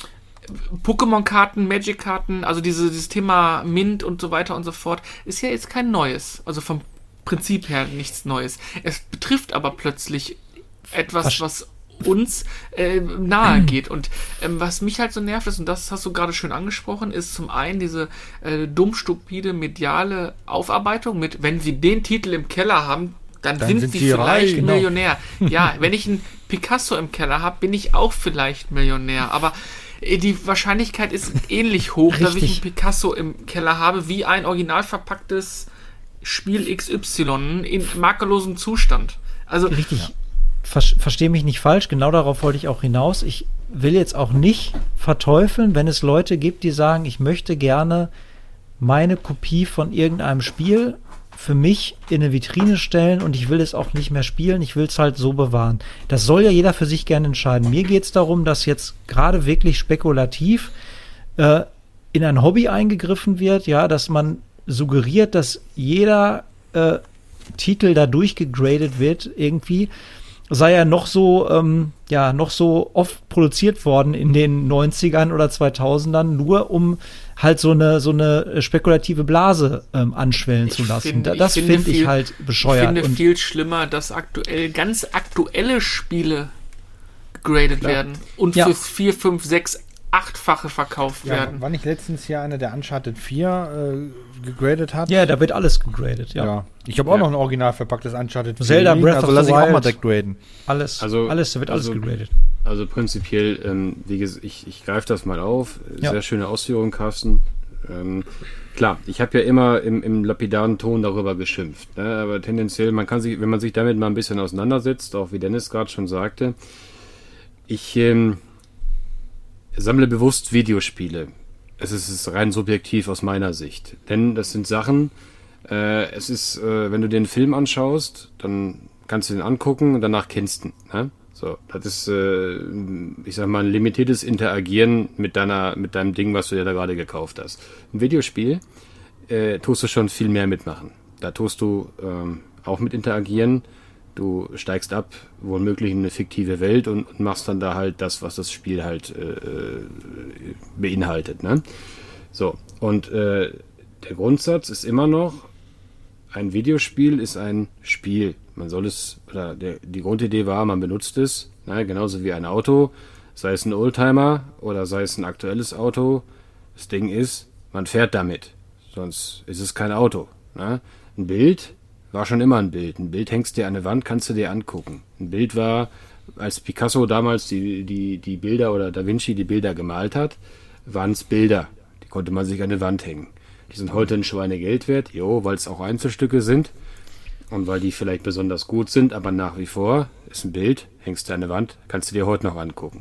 Pokémon-Karten, Magic-Karten, also diese, dieses Thema Mint und so weiter und so fort, ist ja jetzt kein neues, also vom Prinzip her nichts Neues. Es betrifft aber plötzlich etwas, was, was uns äh, nahe geht. Und ähm, was mich halt so nervt ist, und das hast du gerade schön angesprochen, ist zum einen diese äh, dumm, stupide, mediale Aufarbeitung mit, wenn sie den Titel im Keller haben, dann, dann sind, sind sie, sie vielleicht reich, Millionär. Genau. Ja, wenn ich einen Picasso im Keller habe, bin ich auch vielleicht Millionär. Aber äh, die Wahrscheinlichkeit ist ähnlich hoch, dass ich einen Picasso im Keller habe, wie ein original verpacktes Spiel X Y in makellosem Zustand. Also richtig. Ja. Verstehe mich nicht falsch, genau darauf wollte ich auch hinaus. Ich will jetzt auch nicht verteufeln, wenn es Leute gibt, die sagen, ich möchte gerne meine Kopie von irgendeinem Spiel für mich in eine Vitrine stellen und ich will es auch nicht mehr spielen, ich will es halt so bewahren. Das soll ja jeder für sich gerne entscheiden. Mir geht es darum, dass jetzt gerade wirklich spekulativ äh, in ein Hobby eingegriffen wird, ja, dass man suggeriert, dass jeder äh, Titel da durchgegradet wird irgendwie, sei er noch so, ähm, ja, noch so oft produziert worden in den neunzigern oder zweitausendern, nur um halt so eine, so eine spekulative Blase ähm, anschwellen ich zu lassen. Find, das finde find ich halt bescheuert. Ich finde und viel schlimmer, dass aktuell ganz aktuelle Spiele gegradet ja. werden und ja. für vier, fünf, sechs, achtfache verkauft ja, werden. War nicht letztens hier einer, der Uncharted vier äh, gegradet hat? Ja, da wird alles gegradet, ja. ja. Ich habe auch ja. noch ein original verpacktes Uncharted vier. Zelda Breath also of lass the ich Wild. auch mal degraden. Alles, also, alles, da wird also, alles gegradet. Also prinzipiell, ähm, wie gesagt, ich, ich greife das mal auf. Ja. Sehr schöne Ausführung, Carsten. Ähm, klar, ich habe ja immer im, im lapidaren Ton darüber geschimpft, ne? Aber tendenziell, man kann sich, wenn man sich damit mal ein bisschen auseinandersetzt, auch wie Dennis gerade schon sagte, ich ähm, sammle bewusst Videospiele. Es ist, es ist rein subjektiv aus meiner Sicht, denn das sind Sachen, äh, es ist, äh, wenn du dir einen Film anschaust, dann kannst du den angucken und danach kennst du ihn, ne? So, das ist, äh, ich sag mal, ein limitiertes Interagieren mit deiner, mit deinem Ding, was du dir da gerade gekauft hast. Ein Videospiel äh, tust du schon viel mehr mitmachen. Da tust du ähm, auch mit interagieren. Du steigst ab, womöglich in eine fiktive Welt und, und machst dann da halt das, was das Spiel halt äh, beinhaltet, ne? So, und äh, der Grundsatz ist immer noch, ein Videospiel ist ein Spiel. Man soll es, oder der, die Grundidee war, man benutzt es, ne, genauso wie ein Auto, sei es ein Oldtimer oder sei es ein aktuelles Auto. Das Ding ist, man fährt damit, sonst ist es kein Auto. Ne? Ein Bild war schon immer ein Bild. Ein Bild hängst dir an der Wand, kannst du dir angucken. Ein Bild war, als Picasso damals die, die, die Bilder oder Da Vinci die Bilder gemalt hat, waren es Bilder. Die konnte man sich an die Wand hängen. Die sind heute ein Schweinegeld wert, jo, weil es auch Einzelstücke sind. Und weil die vielleicht besonders gut sind, aber nach wie vor ist ein Bild, hängst du an der Wand, kannst du dir heute noch angucken.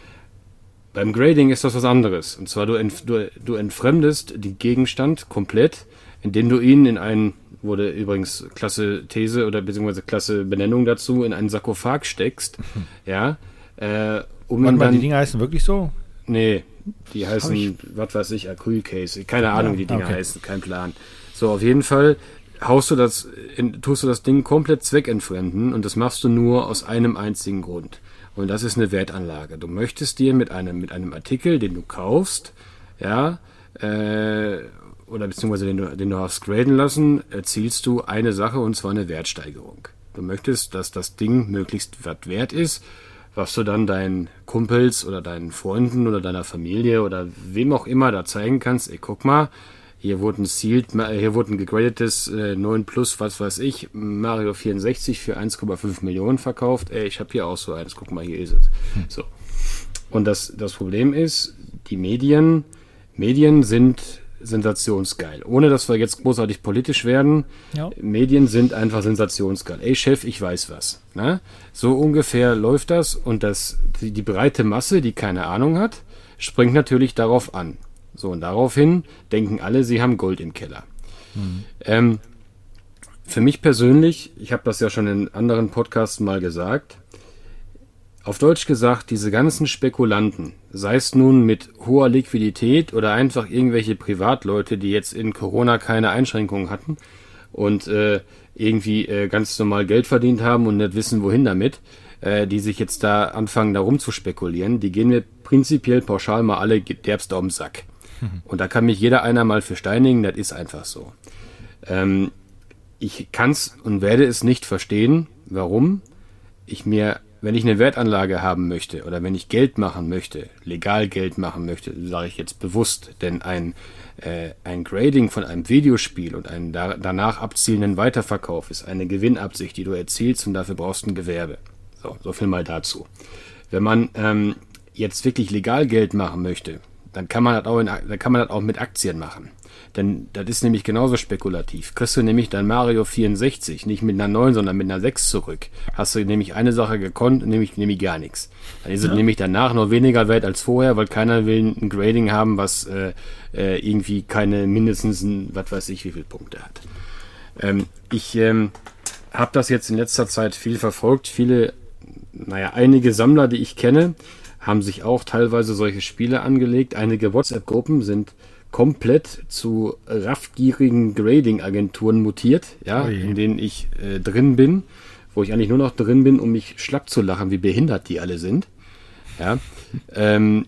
Beim Grading ist das was anderes. Und zwar, du, entf- du, du entfremdest den Gegenstand komplett, indem du ihn in einen, wurde übrigens klasse These oder beziehungsweise klasse Benennung dazu, in einen Sarkophag steckst. Mhm. Ja. Äh, um Warte ihn mal, dann, die Dinger heißen wirklich so? Nee, die heißen, was weiß ich, Acrylcase. Keine Ahnung, wie die Dinger okay. heißen, kein Plan. So, auf jeden Fall haust du das, in, tust du das Ding komplett zweckentfremden und das machst du nur aus einem einzigen Grund. Und das ist eine Wertanlage. Du möchtest dir mit einem, mit einem Artikel, den du kaufst, ja, äh, oder beziehungsweise den du, den du hast graden lassen, erzielst du eine Sache und zwar eine Wertsteigerung. Du möchtest, dass das Ding möglichst was wert ist, was du dann deinen Kumpels oder deinen Freunden oder deiner Familie oder wem auch immer da zeigen kannst. Ey, guck mal, hier wurde ein Sealed, hier wurde ein gegradetes äh, neun Plus, was weiß ich, Mario vierundsechzig für eins Komma fünf Millionen verkauft. Ey, ich habe hier auch so eins, guck mal, hier ist es. Hm. So. Und das, das Problem ist, die Medien, Medien sind sensationsgeil. Ohne, dass wir jetzt großartig politisch werden. Ja. Medien sind einfach sensationsgeil. Ey, Chef, ich weiß was. Ne? So ungefähr läuft das und das, die, die breite Masse, die keine Ahnung hat, springt natürlich darauf an. So, und daraufhin denken alle, sie haben Gold im Keller. Mhm. Ähm, für mich persönlich, ich habe das ja schon in anderen Podcasts mal gesagt, auf Deutsch gesagt, diese ganzen Spekulanten, sei es nun mit hoher Liquidität oder einfach irgendwelche Privatleute, die jetzt in Corona keine Einschränkungen hatten und äh, irgendwie äh, ganz normal Geld verdient haben und nicht wissen, wohin damit, äh, die sich jetzt da anfangen, da rum zu spekulieren, die gehen mir prinzipiell pauschal mal alle derbst auf den Sack. Und da kann mich jeder einer mal für steinigen, das ist einfach so. Ähm, ich kann's und werde es nicht verstehen, warum ich mir, wenn ich eine Wertanlage haben möchte oder wenn ich Geld machen möchte, legal Geld machen möchte, sage ich jetzt bewusst, denn ein, äh, ein Grading von einem Videospiel und einen da, danach abzielenden Weiterverkauf ist eine Gewinnabsicht, die du erzielst und dafür brauchst du ein Gewerbe. So, so viel mal dazu. Wenn man ähm, jetzt wirklich legal Geld machen möchte, dann kann man das auch in, dann kann man das auch mit Aktien machen. Denn das ist nämlich genauso spekulativ. Kriegst du nämlich dein Mario vierundsechzig nicht mit einer neun, sondern mit einer sechs zurück. Hast du nämlich eine Sache gekonnt, nämlich, nämlich gar nichts. Dann ist ja. es nämlich danach noch weniger wert als vorher, weil keiner will ein Grading haben, was äh, äh, irgendwie keine mindestens, ein, was weiß ich, wie viele Punkte hat. Ähm, ich ähm, habe das jetzt in letzter Zeit viel verfolgt. Viele, naja, einige Sammler, die ich kenne, haben sich auch teilweise solche Spiele angelegt. Einige WhatsApp-Gruppen sind komplett zu raffgierigen Grading-Agenturen mutiert, ja, Oje. in denen ich äh, drin bin, wo ich eigentlich nur noch drin bin, um mich schlapp zu lachen, wie behindert die alle sind. Ja. ähm,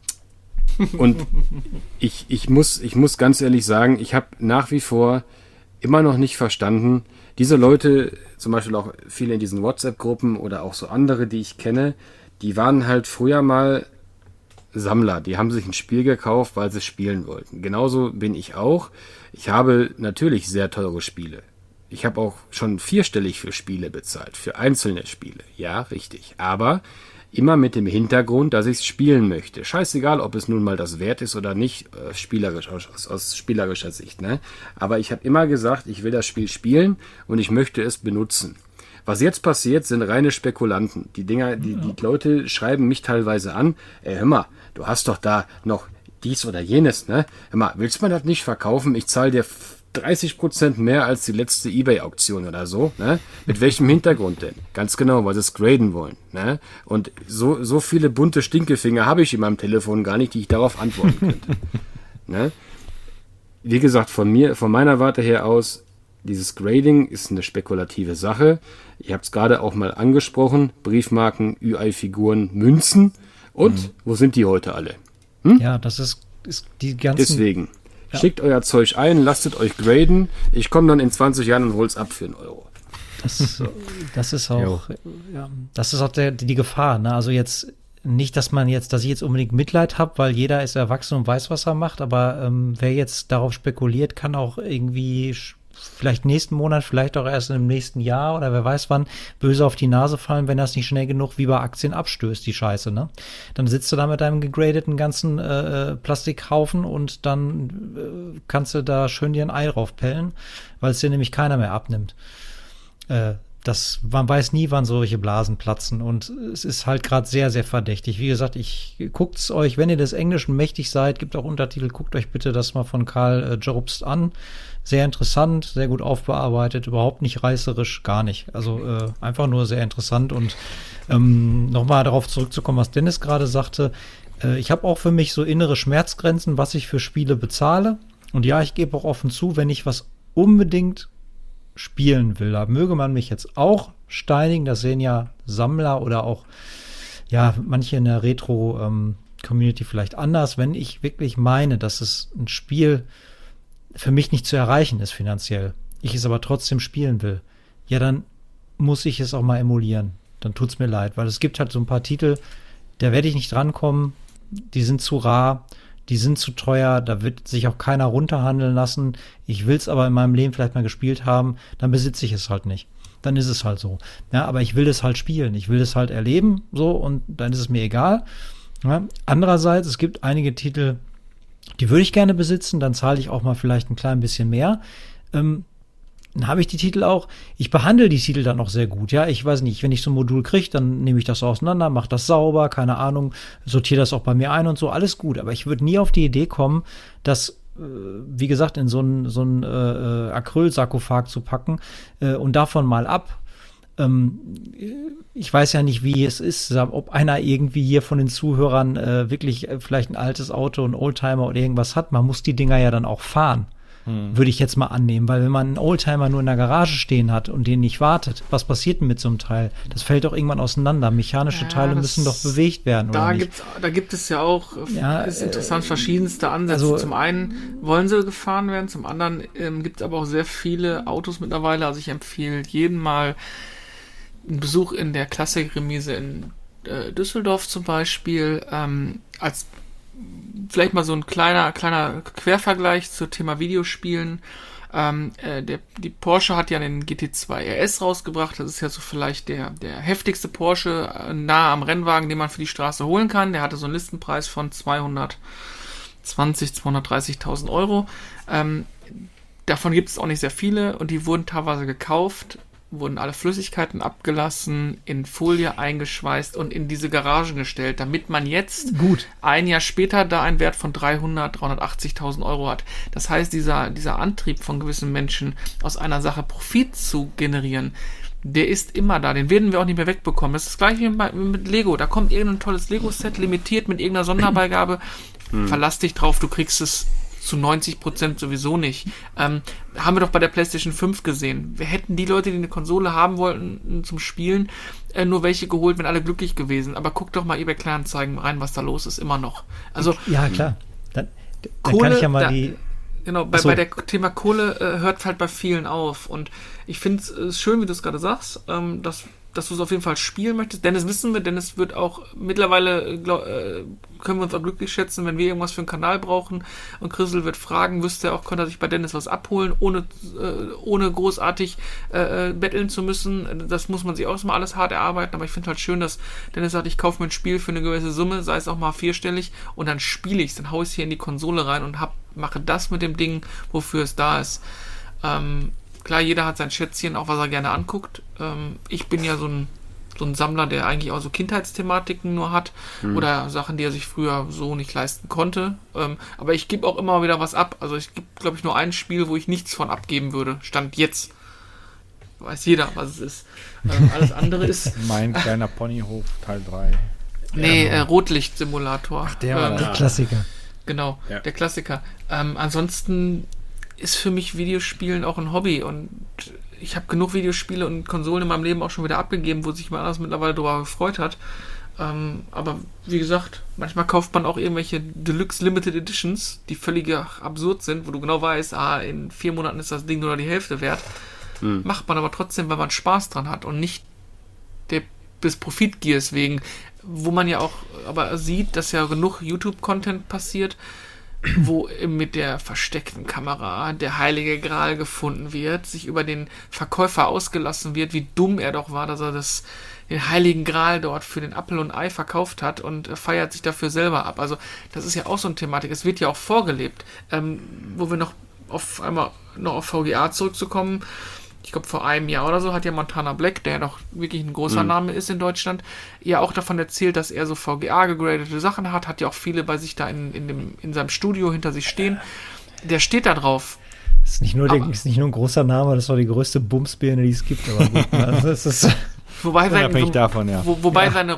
und ich, ich, muss, ich muss ganz ehrlich sagen, ich habe nach wie vor immer noch nicht verstanden, diese Leute, zum Beispiel auch viele in diesen WhatsApp-Gruppen oder auch so andere, die ich kenne, die waren halt früher mal Sammler. Die haben sich ein Spiel gekauft, weil sie es spielen wollten. Genauso bin ich auch. Ich habe natürlich sehr teure Spiele. Ich habe auch schon vierstellig für Spiele bezahlt, für einzelne Spiele. Ja, richtig. Aber immer mit dem Hintergrund, dass ich es spielen möchte. Scheißegal, ob es nun mal das wert ist oder nicht, äh, spielerisch, aus, aus spielerischer Sicht. Ne? Aber ich habe immer gesagt, ich will das Spiel spielen und ich möchte es benutzen. Was jetzt passiert, sind reine Spekulanten. Die Dinger, die, ja. die Leute schreiben mich teilweise an, ey, hör mal, du hast doch da noch dies oder jenes, ne? Hör mal, willst du mir das nicht verkaufen? Ich zahle dir dreißig Prozent mehr als die letzte eBay-Auktion oder so, ne? Mit welchem Hintergrund denn? Ganz genau, weil sie es graden wollen, ne? Und so, so viele bunte Stinkefinger habe ich in meinem Telefon gar nicht, die ich darauf antworten könnte. Ne? Wie gesagt, von mir, von meiner Warte her aus, dieses Grading ist eine spekulative Sache. Ihr habt es gerade auch mal angesprochen. Briefmarken, Ü I-Figuren, Münzen. Und mhm. wo sind die heute alle? Hm? Ja, das ist, ist die ganzen... Deswegen, ja. schickt euer Zeug ein, lasst euch graden. Ich komme dann in zwanzig Jahren und hol's ab für einen Euro. Das, das ist auch, ja, das ist auch der, die Gefahr. Ne? Also jetzt nicht, dass man jetzt, dass ich jetzt unbedingt Mitleid habe, weil jeder ist erwachsen und weiß, was er macht. Aber ähm, wer jetzt darauf spekuliert, kann auch irgendwie... vielleicht nächsten Monat, vielleicht auch erst im nächsten Jahr oder wer weiß wann, böse auf die Nase fallen, wenn das nicht schnell genug wie bei Aktien abstößt, die Scheiße, ne? Dann sitzt du da mit deinem gegradeten ganzen äh, Plastikhaufen und dann äh, kannst du da schön dir ein Ei draufpellen, weil es dir nämlich keiner mehr abnimmt. Äh, das, man weiß nie, wann solche Blasen platzen und es ist halt gerade sehr, sehr verdächtig. Wie gesagt, ich guckt's euch, wenn ihr des Englischen mächtig seid, gibt auch Untertitel, guckt euch bitte das mal von Karl äh, Jobst an. Sehr interessant, sehr gut aufbearbeitet, überhaupt nicht reißerisch, gar nicht. Also äh, einfach nur sehr interessant und ähm, nochmal darauf zurückzukommen, was Dennis gerade sagte. Äh, ich habe auch für mich so innere Schmerzgrenzen, was ich für Spiele bezahle. Und ja, ich gebe auch offen zu, wenn ich was unbedingt spielen will, da möge man mich jetzt auch steinigen, das sehen ja Sammler oder auch ja manche in der Retro-Community ähm, vielleicht anders, wenn ich wirklich meine, dass es ein Spiel für mich nicht zu erreichen ist finanziell, ich es aber trotzdem spielen will, ja, dann muss ich es auch mal emulieren. Dann tut's mir leid, weil es gibt halt so ein paar Titel, da werde ich nicht drankommen, die sind zu rar, die sind zu teuer, da wird sich auch keiner runterhandeln lassen. Ich will es aber in meinem Leben vielleicht mal gespielt haben, dann besitze ich es halt nicht. Dann ist es halt so. Ja, aber ich will es halt spielen, ich will es halt erleben, so, und dann ist es mir egal. Ja, andererseits, es gibt einige Titel, die würde ich gerne besitzen, dann zahle ich auch mal vielleicht ein klein bisschen mehr. Ähm, dann habe ich die Titel auch, ich behandle die Titel dann auch sehr gut, ja, ich weiß nicht, wenn ich so ein Modul kriege, dann nehme ich das auseinander, mache das sauber, keine Ahnung, sortiere das auch bei mir ein und so, alles gut, aber ich würde nie auf die Idee kommen, das, äh, wie gesagt, in so einen so einen, äh, Acryl-Sarkophag zu packen äh, und davon mal ab. Ähm, ich weiß ja nicht, wie es ist, ob einer irgendwie hier von den Zuhörern äh, wirklich äh, vielleicht ein altes Auto, ein Oldtimer oder irgendwas hat, man muss die Dinger ja dann auch fahren. Würde ich jetzt mal annehmen, weil wenn man einen Oldtimer nur in der Garage stehen hat und den nicht wartet, was passiert denn mit so einem Teil? Das fällt doch irgendwann auseinander. Mechanische ja, Teile müssen doch bewegt werden, da oder nicht? Gibt's, da gibt es ja auch, ja, ist interessant, äh, verschiedenste Ansätze. Also, zum einen wollen sie gefahren werden, zum anderen ähm, gibt es aber auch sehr viele Autos mittlerweile. Also ich empfehle jedem mal einen Besuch in der Klassik-Remise in äh, Düsseldorf zum Beispiel, ähm, als vielleicht mal so ein kleiner kleiner Quervergleich zum Thema Videospielen. Ähm, äh, der, die Porsche hat ja den G T zwei R S rausgebracht. Das ist ja so vielleicht der, der heftigste Porsche äh, nah am Rennwagen, den man für die Straße holen kann. Der hatte so einen Listenpreis von zweihundertzwanzig, zweihundertdreißigtausend Euro. Ähm, davon gibt es auch nicht sehr viele und die wurden teilweise gekauft, wurden alle Flüssigkeiten abgelassen, in Folie eingeschweißt und in diese Garagen gestellt, damit man jetzt Gut. ein Jahr später da einen Wert von dreihundert, dreihundertachtzigtausend Euro hat. Das heißt, dieser, dieser Antrieb von gewissen Menschen, aus einer Sache Profit zu generieren, der ist immer da. Den werden wir auch nicht mehr wegbekommen. Das ist das gleiche wie mit Lego. Da kommt irgendein tolles Lego-Set, limitiert mit irgendeiner Sonderbeigabe. Hm. Verlass dich drauf, du kriegst es zu neunzig Prozent sowieso nicht. Ähm, haben wir doch bei der PlayStation fünf gesehen. Wir hätten die Leute, die eine Konsole haben wollten zum Spielen, äh, nur welche geholt, wenn alle glücklich gewesen. Aber guck doch mal eBay Kleinanzeigen rein, was da los ist, immer noch. Also ja, klar. Dann, dann Kohle, kann ich ja mal da, die... Genau, bei, so. bei der Thema Kohle äh, hört halt bei vielen auf. Und ich finde es schön, wie du es gerade sagst, ähm, dass dass du es auf jeden Fall spielen möchtest. Dennis wissen wir, Dennis wird auch mittlerweile, glaub, äh, können wir uns auch glücklich schätzen, wenn wir irgendwas für einen Kanal brauchen und Chrisel wird fragen, wüsste er auch, könnte er sich bei Dennis was abholen, ohne, äh, ohne großartig äh, betteln zu müssen. Das muss man sich auch mal alles hart erarbeiten, aber ich finde halt schön, dass Dennis sagt, ich kaufe mir ein Spiel für eine gewisse Summe, sei es auch mal vierstellig und dann spiele ich es, dann haue ich es hier in die Konsole rein und hab, mache das mit dem Ding, wofür es da ist. Ähm, klar, jeder hat sein Schätzchen, auch was er gerne anguckt. Ähm, ich bin ja so ein, so ein Sammler, der eigentlich auch so Kindheitsthematiken nur hat mhm. oder Sachen, die er sich früher so nicht leisten konnte. Ähm, aber ich gebe auch immer wieder was ab. Also es gibt, glaube ich, nur ein Spiel, wo ich nichts von abgeben würde. Stand jetzt. Weiß jeder, was es ist. Ähm, alles andere ist... Mein kleiner Ponyhof, Teil drei. Nee, äh, Rotlichtsimulator. Ach, der war ähm, der Klassiker. Genau, ja. der Klassiker. Ähm, ansonsten ist für mich Videospielen auch ein Hobby und ich habe genug Videospiele und Konsolen in meinem Leben auch schon wieder abgegeben, wo sich mal anders mittlerweile darüber gefreut hat. Ähm, aber wie gesagt, manchmal kauft man auch irgendwelche Deluxe Limited Editions, die völlig absurd sind, wo du genau weißt, ah, in vier Monaten ist das Ding nur noch die Hälfte wert. Mhm. Macht man aber trotzdem, weil man Spaß dran hat und nicht der, des Profitgiers wegen, wo man ja auch aber sieht, dass ja genug YouTube-Content passiert, wo mit der versteckten Kamera der heilige Gral gefunden wird, sich über den Verkäufer ausgelassen wird, wie dumm er doch war, dass er das, den heiligen Gral dort für den Apfel und Ei verkauft hat und feiert sich dafür selber ab. Also das ist ja auch so eine Thematik. Es wird ja auch vorgelebt. Ähm, wo wir noch auf einmal noch auf V G A zurückzukommen, ich glaube vor einem Jahr oder so, hat ja Montana Black, der ja doch wirklich ein großer mhm. Name ist in Deutschland, ja auch davon erzählt, dass er so V G A-gegradete Sachen hat, hat ja auch viele bei sich da in, in, dem, in seinem Studio hinter sich stehen. Der steht da drauf. Das ist nicht nur, der, ist nicht nur ein großer Name, das war die größte Bumsbirne, die es gibt. Aber gut, also es ist wobei sein, unabhängig davon, ja. Wo, wobei ja. seine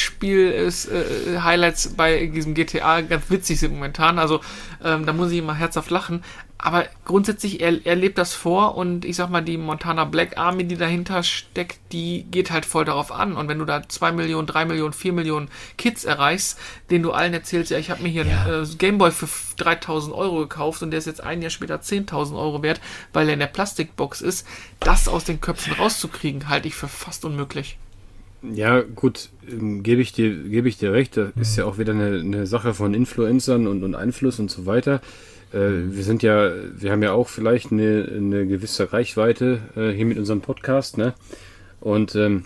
Rollenspiel-Highlights äh, bei diesem G T A ganz witzig sind momentan. Also ähm, da muss ich immer herzhaft lachen. Aber grundsätzlich, er, er lebt das vor und ich sag mal, die Montana Black Army, die dahinter steckt, die geht halt voll darauf an. Und wenn du da zwei Millionen, drei Millionen, vier Millionen Kids erreichst, denen du allen erzählst, ja, ich habe mir hier ja. einen äh, Gameboy für dreitausend Euro gekauft und der ist jetzt ein Jahr später zehntausend Euro wert, weil er in der Plastikbox ist, das aus den Köpfen rauszukriegen, halte ich für fast unmöglich. Ja, gut, ähm, gebe ich dir, gebe ich dir recht. Das ist ja auch wieder eine, eine Sache von Influencern und, und Einfluss und so weiter. Äh, wir sind ja, wir haben ja auch vielleicht eine, eine gewisse Reichweite äh, hier mit unserem Podcast, ne? Und ähm,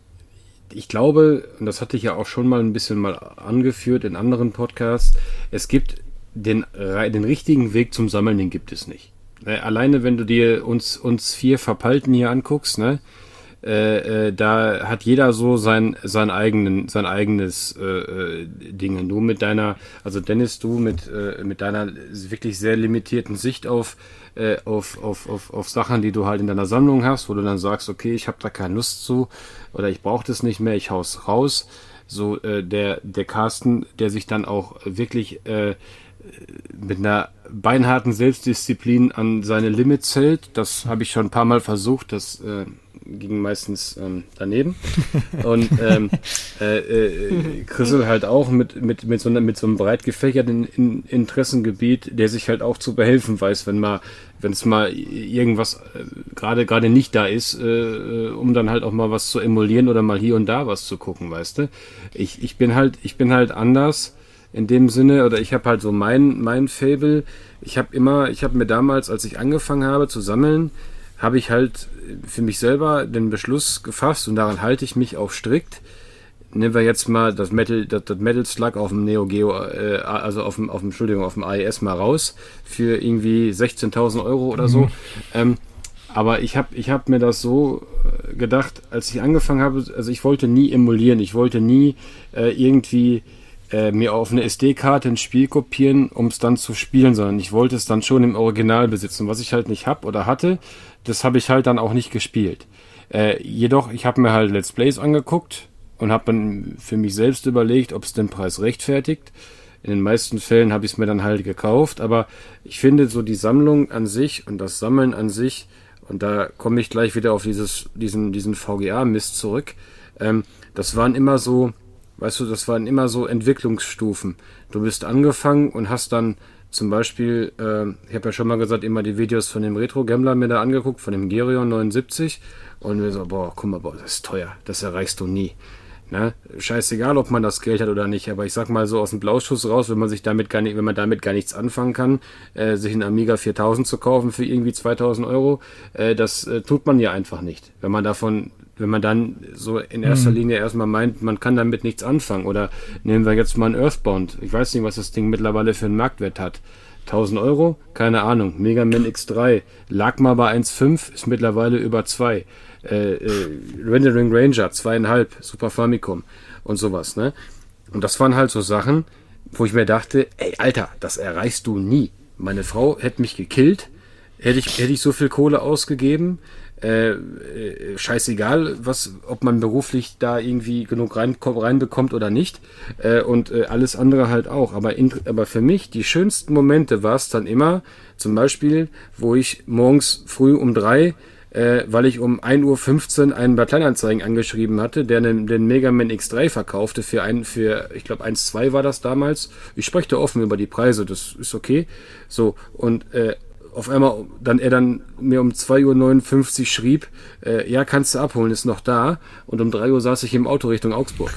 ich glaube, und das hatte ich ja auch schon mal ein bisschen mal angeführt in anderen Podcasts, es gibt den, den richtigen Weg zum Sammeln, den gibt es nicht. Äh, alleine, wenn du dir uns, uns vier Verpeilten hier anguckst, ne? Äh, äh, da hat jeder so sein sein eigenen sein eigenes äh, äh, Ding. Du mit deiner, also Dennis, du mit äh, mit deiner wirklich sehr limitierten Sicht auf äh, auf, auf auf auf Sachen, die du halt in deiner Sammlung hast, wo du dann sagst, okay, ich habe da keine Lust zu oder ich brauche das nicht mehr, ich hau's raus. So äh, der der Carsten, der sich dann auch wirklich äh, mit einer beinharten Selbstdisziplin an seine Limits hält. Das habe ich schon ein paar Mal versucht, das äh, ging meistens ähm, daneben. Und ähm, äh, äh, Chrisel halt auch mit, mit, mit, so, einer, mit so einem breit gefächerten in, Interessengebiet, der sich halt auch zu behelfen weiß, wenn mal, wenn es mal irgendwas äh, gerade gerade nicht da ist, äh, um dann halt auch mal was zu emulieren oder mal hier und da was zu gucken, weißt du. Ich, ich bin halt, ich bin halt anders in dem Sinne, oder ich habe halt so mein, mein Fable. Ich habe immer, ich habe mir damals, als ich angefangen habe zu sammeln, habe ich halt für mich selber den Beschluss gefasst und daran halte ich mich auch strikt. Nehmen wir jetzt mal das Metal, das, das Metal Slug auf dem Neo Geo, äh, also auf dem, auf dem, Entschuldigung, auf dem A E S mal raus für irgendwie sechzehntausend Euro oder so. Mhm. Ähm, aber ich habe, ich habe mir das so gedacht, als ich angefangen habe, also ich wollte nie emulieren, ich wollte nie äh, irgendwie äh, mir auf eine S D-Karte ein Spiel kopieren, um es dann zu spielen, sondern ich wollte es dann schon im Original besitzen. Was ich halt nicht hab oder hatte, das habe ich halt dann auch nicht gespielt. Äh, jedoch, ich habe mir halt Let's Plays angeguckt und habe dann für mich selbst überlegt, ob es den Preis rechtfertigt. In den meisten Fällen habe ich es mir dann halt gekauft, aber ich finde so die Sammlung an sich und das Sammeln an sich, und da komme ich gleich wieder auf dieses, diesen, diesen V G A-Mist zurück, ähm, das waren immer so, weißt du, das waren immer so Entwicklungsstufen. Du bist angefangen und hast dann zum Beispiel, äh, ich habe ja schon mal gesagt, immer die Videos von dem Retro-Gambler mir da angeguckt, von dem Gerion neunundsiebzig und mir so, boah, guck mal, boah, das ist teuer, das erreichst du nie. Ne? Scheißegal, ob man das Geld hat oder nicht, aber ich sag mal so aus dem Blauschuss raus, wenn man sich damit gar nicht, wenn man damit gar nichts anfangen kann, äh, sich einen Amiga viertausend zu kaufen für irgendwie zweitausend Euro, äh, das äh, tut man ja einfach nicht. Wenn man davon, wenn man dann so in erster Linie erstmal meint, man kann damit nichts anfangen. Oder nehmen wir jetzt mal einen Earthbound. Ich weiß nicht, was das Ding mittlerweile für einen Marktwert hat. tausend Euro? Keine Ahnung. Mega Man X drei. Lag mal bei eins Komma fünf, ist mittlerweile über zwei. Äh, äh, Rendering Ranger, zweieinhalb, Super Famicom und sowas, ne? Und das waren halt so Sachen, wo ich mir dachte, ey, Alter, das erreichst du nie. Meine Frau hätte mich gekillt, hätte ich, hätte ich so viel Kohle ausgegeben, äh, äh, scheißegal, was, ob man beruflich da irgendwie genug rein, reinbekommt oder nicht, äh, und äh, alles andere halt auch. Aber, in, aber für mich, die schönsten Momente war es dann immer, zum Beispiel, wo ich morgens früh um drei Äh, weil ich um ein Uhr fünfzehn einen bei Kleinanzeigen angeschrieben hatte, der den, den Mega Man X drei verkaufte für einen, für, ich glaube eins Komma zwei war das damals. Ich spreche da offen über die Preise, das ist okay. So, und äh, auf einmal, dann er dann mir um zwei Uhr neunundfünfzig schrieb, äh, ja, kannst du abholen, ist noch da. Und um drei Uhr saß ich im Auto Richtung Augsburg.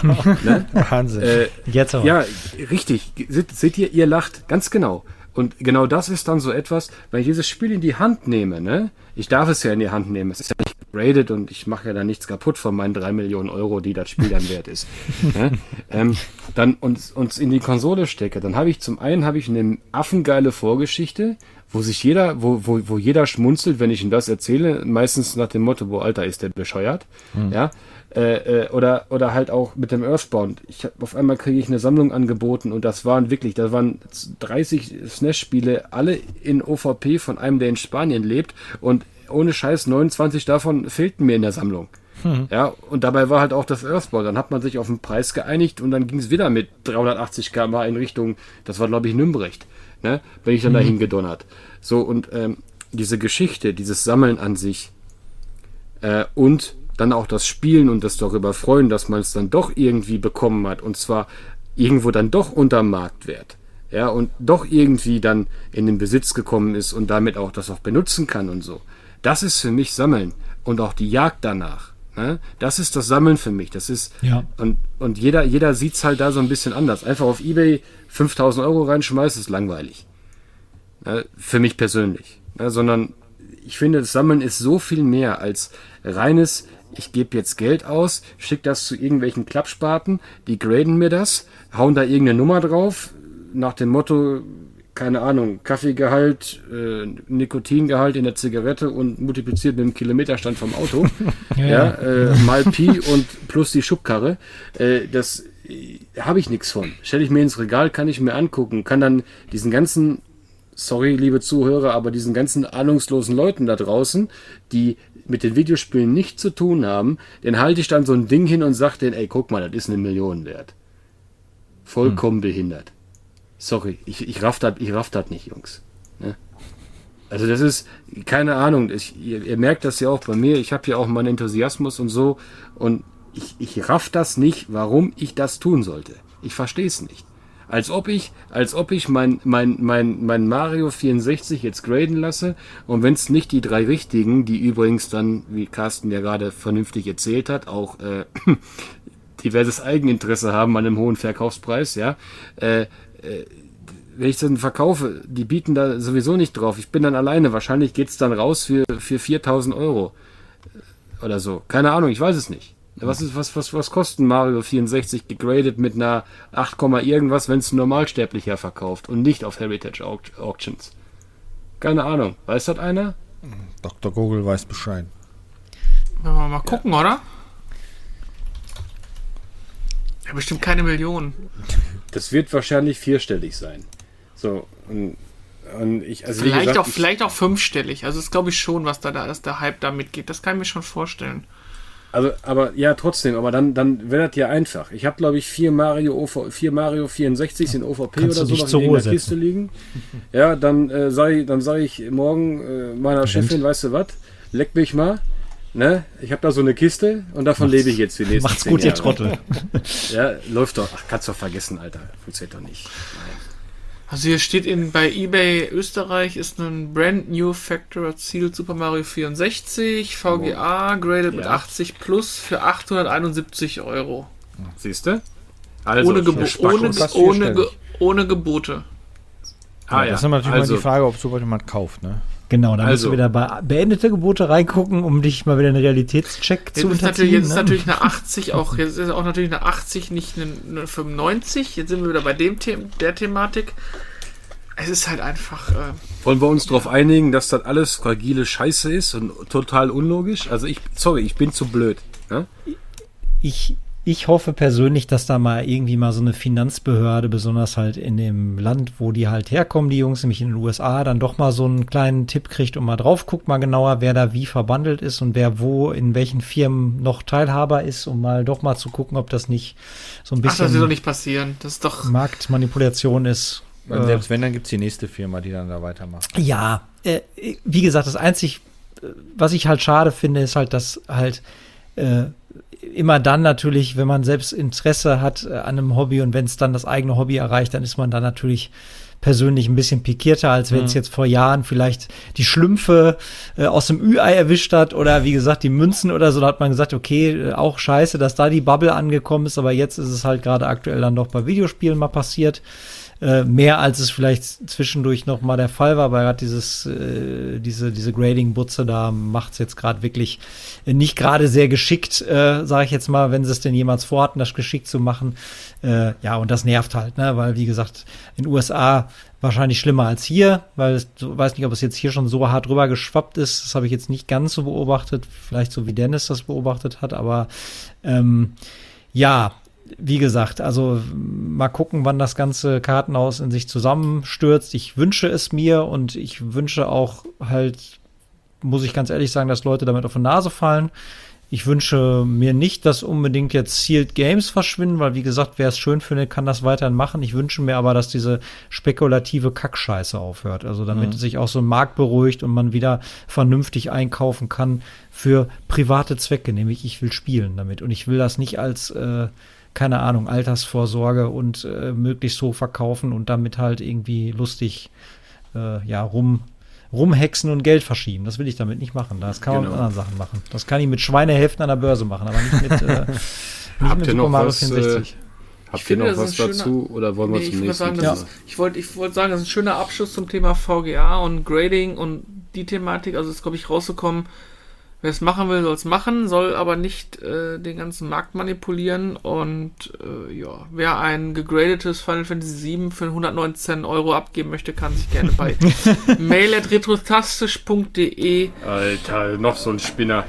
Ne? Wahnsinn. Äh, Jetzt aber. Ja, richtig. Seht, seht ihr, ihr lacht, ganz genau. Und genau das ist dann so etwas, wenn ich dieses Spiel in die Hand nehme, ne? Ich darf es ja in die Hand nehmen, es ist ja nicht graded und ich mache ja da nichts kaputt von meinen drei Millionen Euro, die das Spiel dann wert ist. Ne? ähm, dann uns, uns in die Konsole stecke, dann habe ich zum einen habe ich eine affengeile Vorgeschichte, wo sich jeder, wo, wo, wo jeder schmunzelt, wenn ich ihm das erzähle, meistens nach dem Motto, wo Alter ist der bescheuert, mhm. ja, äh, äh, oder, oder halt auch mit dem Earthbound. Ich hab, auf einmal kriege ich eine Sammlung angeboten und das waren wirklich, da waren dreißig S N E S-Spiele, alle in O V P von einem, der in Spanien lebt und ohne Scheiß neunundzwanzig davon fehlten mir in der Sammlung. Mhm. Ja, und dabei war halt auch das Earthbound. Dann hat man sich auf den Preis geeinigt und dann ging es wieder mit dreihundertachtzig Kilometer pro Stunde in Richtung, das war glaube ich Nümbrecht. Ne, bin ich dann mhm. dahin gedonnert. So, und ähm, diese Geschichte, dieses Sammeln an sich äh, und dann auch das Spielen und das darüber freuen, dass man es dann doch irgendwie bekommen hat und zwar irgendwo dann doch unter Marktwert. Ja, und doch irgendwie dann in den Besitz gekommen ist und damit auch das auch benutzen kann und so. Das ist für mich Sammeln und auch die Jagd danach. Ne? Das ist das Sammeln für mich. Das ist, ja. und, und jeder, jeder sieht es halt da so ein bisschen anders. Einfach auf eBay fünftausend Euro reinschmeißen, ist langweilig. Ne? Für mich persönlich. Ne? Sondern ich finde, das Sammeln ist so viel mehr als reines, ich gebe jetzt Geld aus, schicke das zu irgendwelchen Klappspaten, die graden mir das, hauen da irgendeine Nummer drauf, nach dem Motto, keine Ahnung, Kaffeegehalt, äh, Nikotingehalt in der Zigarette und multipliziert mit dem Kilometerstand vom Auto, ja, ja äh, mal Pi und plus die Schubkarre, äh, das äh, habe ich nichts von. Stelle ich mir ins Regal, kann ich mir angucken, kann dann diesen ganzen, sorry, liebe Zuhörer, aber diesen ganzen ahnungslosen Leuten da draußen, die mit den Videospielen nichts zu tun haben, den halte ich dann so ein Ding hin und sage denen, ey, guck mal, das ist eine Million wert. Vollkommen hm. behindert. Sorry, ich, ich raff das ich raff das nicht, Jungs. Ne? Also das ist, keine Ahnung, ich, ihr, ihr merkt das ja auch bei mir, ich habe ja auch meinen Enthusiasmus und so und ich, ich raff das nicht, warum ich das tun sollte. Ich verstehe es nicht. Als ob ich, als ob ich mein, mein, mein, mein Mario vierundsechzig jetzt graden lasse und wenn es nicht die drei richtigen, die übrigens dann, wie Carsten ja gerade vernünftig erzählt hat, auch äh, diverses Eigeninteresse haben an einem hohen Verkaufspreis, ja, äh, äh, wenn ich dann verkaufe, die bieten da sowieso nicht drauf. Ich bin dann alleine. Wahrscheinlich geht's dann raus für, für viertausend Euro oder so. Keine Ahnung, ich weiß es nicht. Was ist, was, was, was kostet Mario vierundsechzig gegradet mit einer acht, irgendwas, wenn es ein Normalsterblicher verkauft und nicht auf Heritage Auctions? Keine Ahnung. Weiß das einer? Doktor Google weiß Bescheid. Wollen wir mal gucken, ja. Oder? Ja, bestimmt keine Million. Das wird wahrscheinlich vierstellig sein. So, und, und ich, also vielleicht, gesagt, auch, ich, vielleicht auch fünfstellig. Also das glaube ich schon, was da, da dass der Hype da mitgeht. Das kann ich mir schon vorstellen. Also, aber ja, trotzdem, aber dann, dann wäre das ja einfach. Ich habe, glaube ich, vier Mario, O V, vier Mario vierundsechzig in O V P Kannst oder so noch in der Kiste liegen. Ja, dann äh, sage ich, dann sag ich morgen äh, meiner Chefin, weißt du was, leck mich mal. Ne? Ich habe da so eine Kiste und davon macht's, lebe ich jetzt die nächsten Macht's gut, ihr Trottel. Ja, läuft doch. Ach, kannst doch vergessen, Alter. Funktioniert doch nicht. Nein. Also hier steht in, bei eBay Österreich ist ein Brand New Factor erzielt Super Mario vierundsechzig, V G A, graded ja. mit achtzig plus für achthunderteinundsiebzig Euro. Siehst du? Also, ohne, Gebo ohne, ohne, Ge ohne Gebote. Ah, ja. Das ist immer natürlich also, mal die Frage, ob sowas jemand kauft, ne? Genau, dann also, musst du wieder bei beendete Gebote reingucken, um dich mal wieder einen Realitätscheck jetzt zu ist unterziehen. Jetzt ist ne? natürlich eine achtzig auch, jetzt ist auch natürlich eine achtzig, nicht eine, eine fünfundneunzig. Jetzt sind wir wieder bei dem The der Thematik. Es ist halt einfach. Äh Wollen wir uns darauf einigen, dass das alles fragile Scheiße ist und total unlogisch? Also ich, sorry, ich bin zu blöd. Ne? Ich, ich hoffe persönlich, dass da mal irgendwie mal so eine Finanzbehörde, besonders halt in dem Land, wo die halt herkommen, die Jungs, nämlich in den U S A, dann doch mal so einen kleinen Tipp kriegt und mal drauf guckt, mal genauer, wer da wie verbandelt ist und wer wo in welchen Firmen noch Teilhaber ist, um mal doch mal zu gucken, ob das nicht so ein bisschen. Ach, das wird doch nicht passieren. Das ist doch Marktmanipulation ist. Und selbst wenn, dann gibt es die nächste Firma, die dann da weitermacht. Ja, äh, wie gesagt, das Einzige, was ich halt schade finde, ist halt, dass halt äh, immer dann natürlich, wenn man selbst Interesse hat äh, an einem Hobby und wenn es dann das eigene Hobby erreicht, dann ist man dann natürlich persönlich ein bisschen pikierter, als wenn es mhm. jetzt vor Jahren vielleicht die Schlümpfe äh, aus dem Ü-Ei erwischt hat oder wie gesagt die Münzen oder so. Da hat man gesagt, okay, äh, auch scheiße, dass da die Bubble angekommen ist, aber jetzt ist es halt gerade aktuell dann doch bei Videospielen mal passiert. Äh, mehr als es vielleicht zwischendurch noch mal der Fall war, weil gerade dieses äh, diese diese Grading-Butze da macht es jetzt gerade wirklich äh, nicht gerade sehr geschickt, äh, sage ich jetzt mal, wenn sie es denn jemals vorhatten, das geschickt zu machen. Äh, ja, und das nervt halt, ne, weil wie gesagt, in den U S A wahrscheinlich schlimmer als hier, weil ich weiß nicht, ob es jetzt hier schon so hart rüber geschwappt ist. Das habe ich jetzt nicht ganz so beobachtet, vielleicht so wie Dennis das beobachtet hat, aber ähm, ja, wie gesagt, also mal gucken, wann das ganze Kartenhaus in sich zusammenstürzt. Ich wünsche es mir und ich wünsche auch halt, muss ich ganz ehrlich sagen, dass Leute damit auf die Nase fallen. Ich wünsche mir nicht, dass unbedingt jetzt Sealed Games verschwinden, weil wie gesagt, wer es schön findet, kann das weiterhin machen. Ich wünsche mir aber, dass diese spekulative Kackscheiße aufhört. Also damit mhm. sich auch so ein Markt beruhigt und man wieder vernünftig einkaufen kann für private Zwecke, nämlich ich will spielen damit. Und ich will das nicht als äh, keine Ahnung, Altersvorsorge und äh, möglichst hoch verkaufen und damit halt irgendwie lustig äh, ja, rum, rumhexen und Geld verschieben. Das will ich damit nicht machen. Das kann man genau. mit anderen Sachen machen. Das kann ich mit Schweinehälften an der Börse machen, aber nicht mit, äh, nicht mit Super Mario vierundsechzig. Äh, habt ihr noch was dazu schöner, oder wollen wir nee, zum nächsten sagen, Thema? Ist, ich wollte ich wollt sagen, das ist ein schöner Abschluss zum Thema V G A und Grading und die Thematik. Also ist, glaube ich, rausgekommen. Wer es machen will, soll es machen, soll aber nicht äh, den ganzen Markt manipulieren. Und äh, ja, wer ein gegradetes Final Fantasy sieben für hundertneunzehn Euro abgeben möchte, kann sich gerne bei mail at retrotastisch punkt de. Alter, noch so ein Spinner.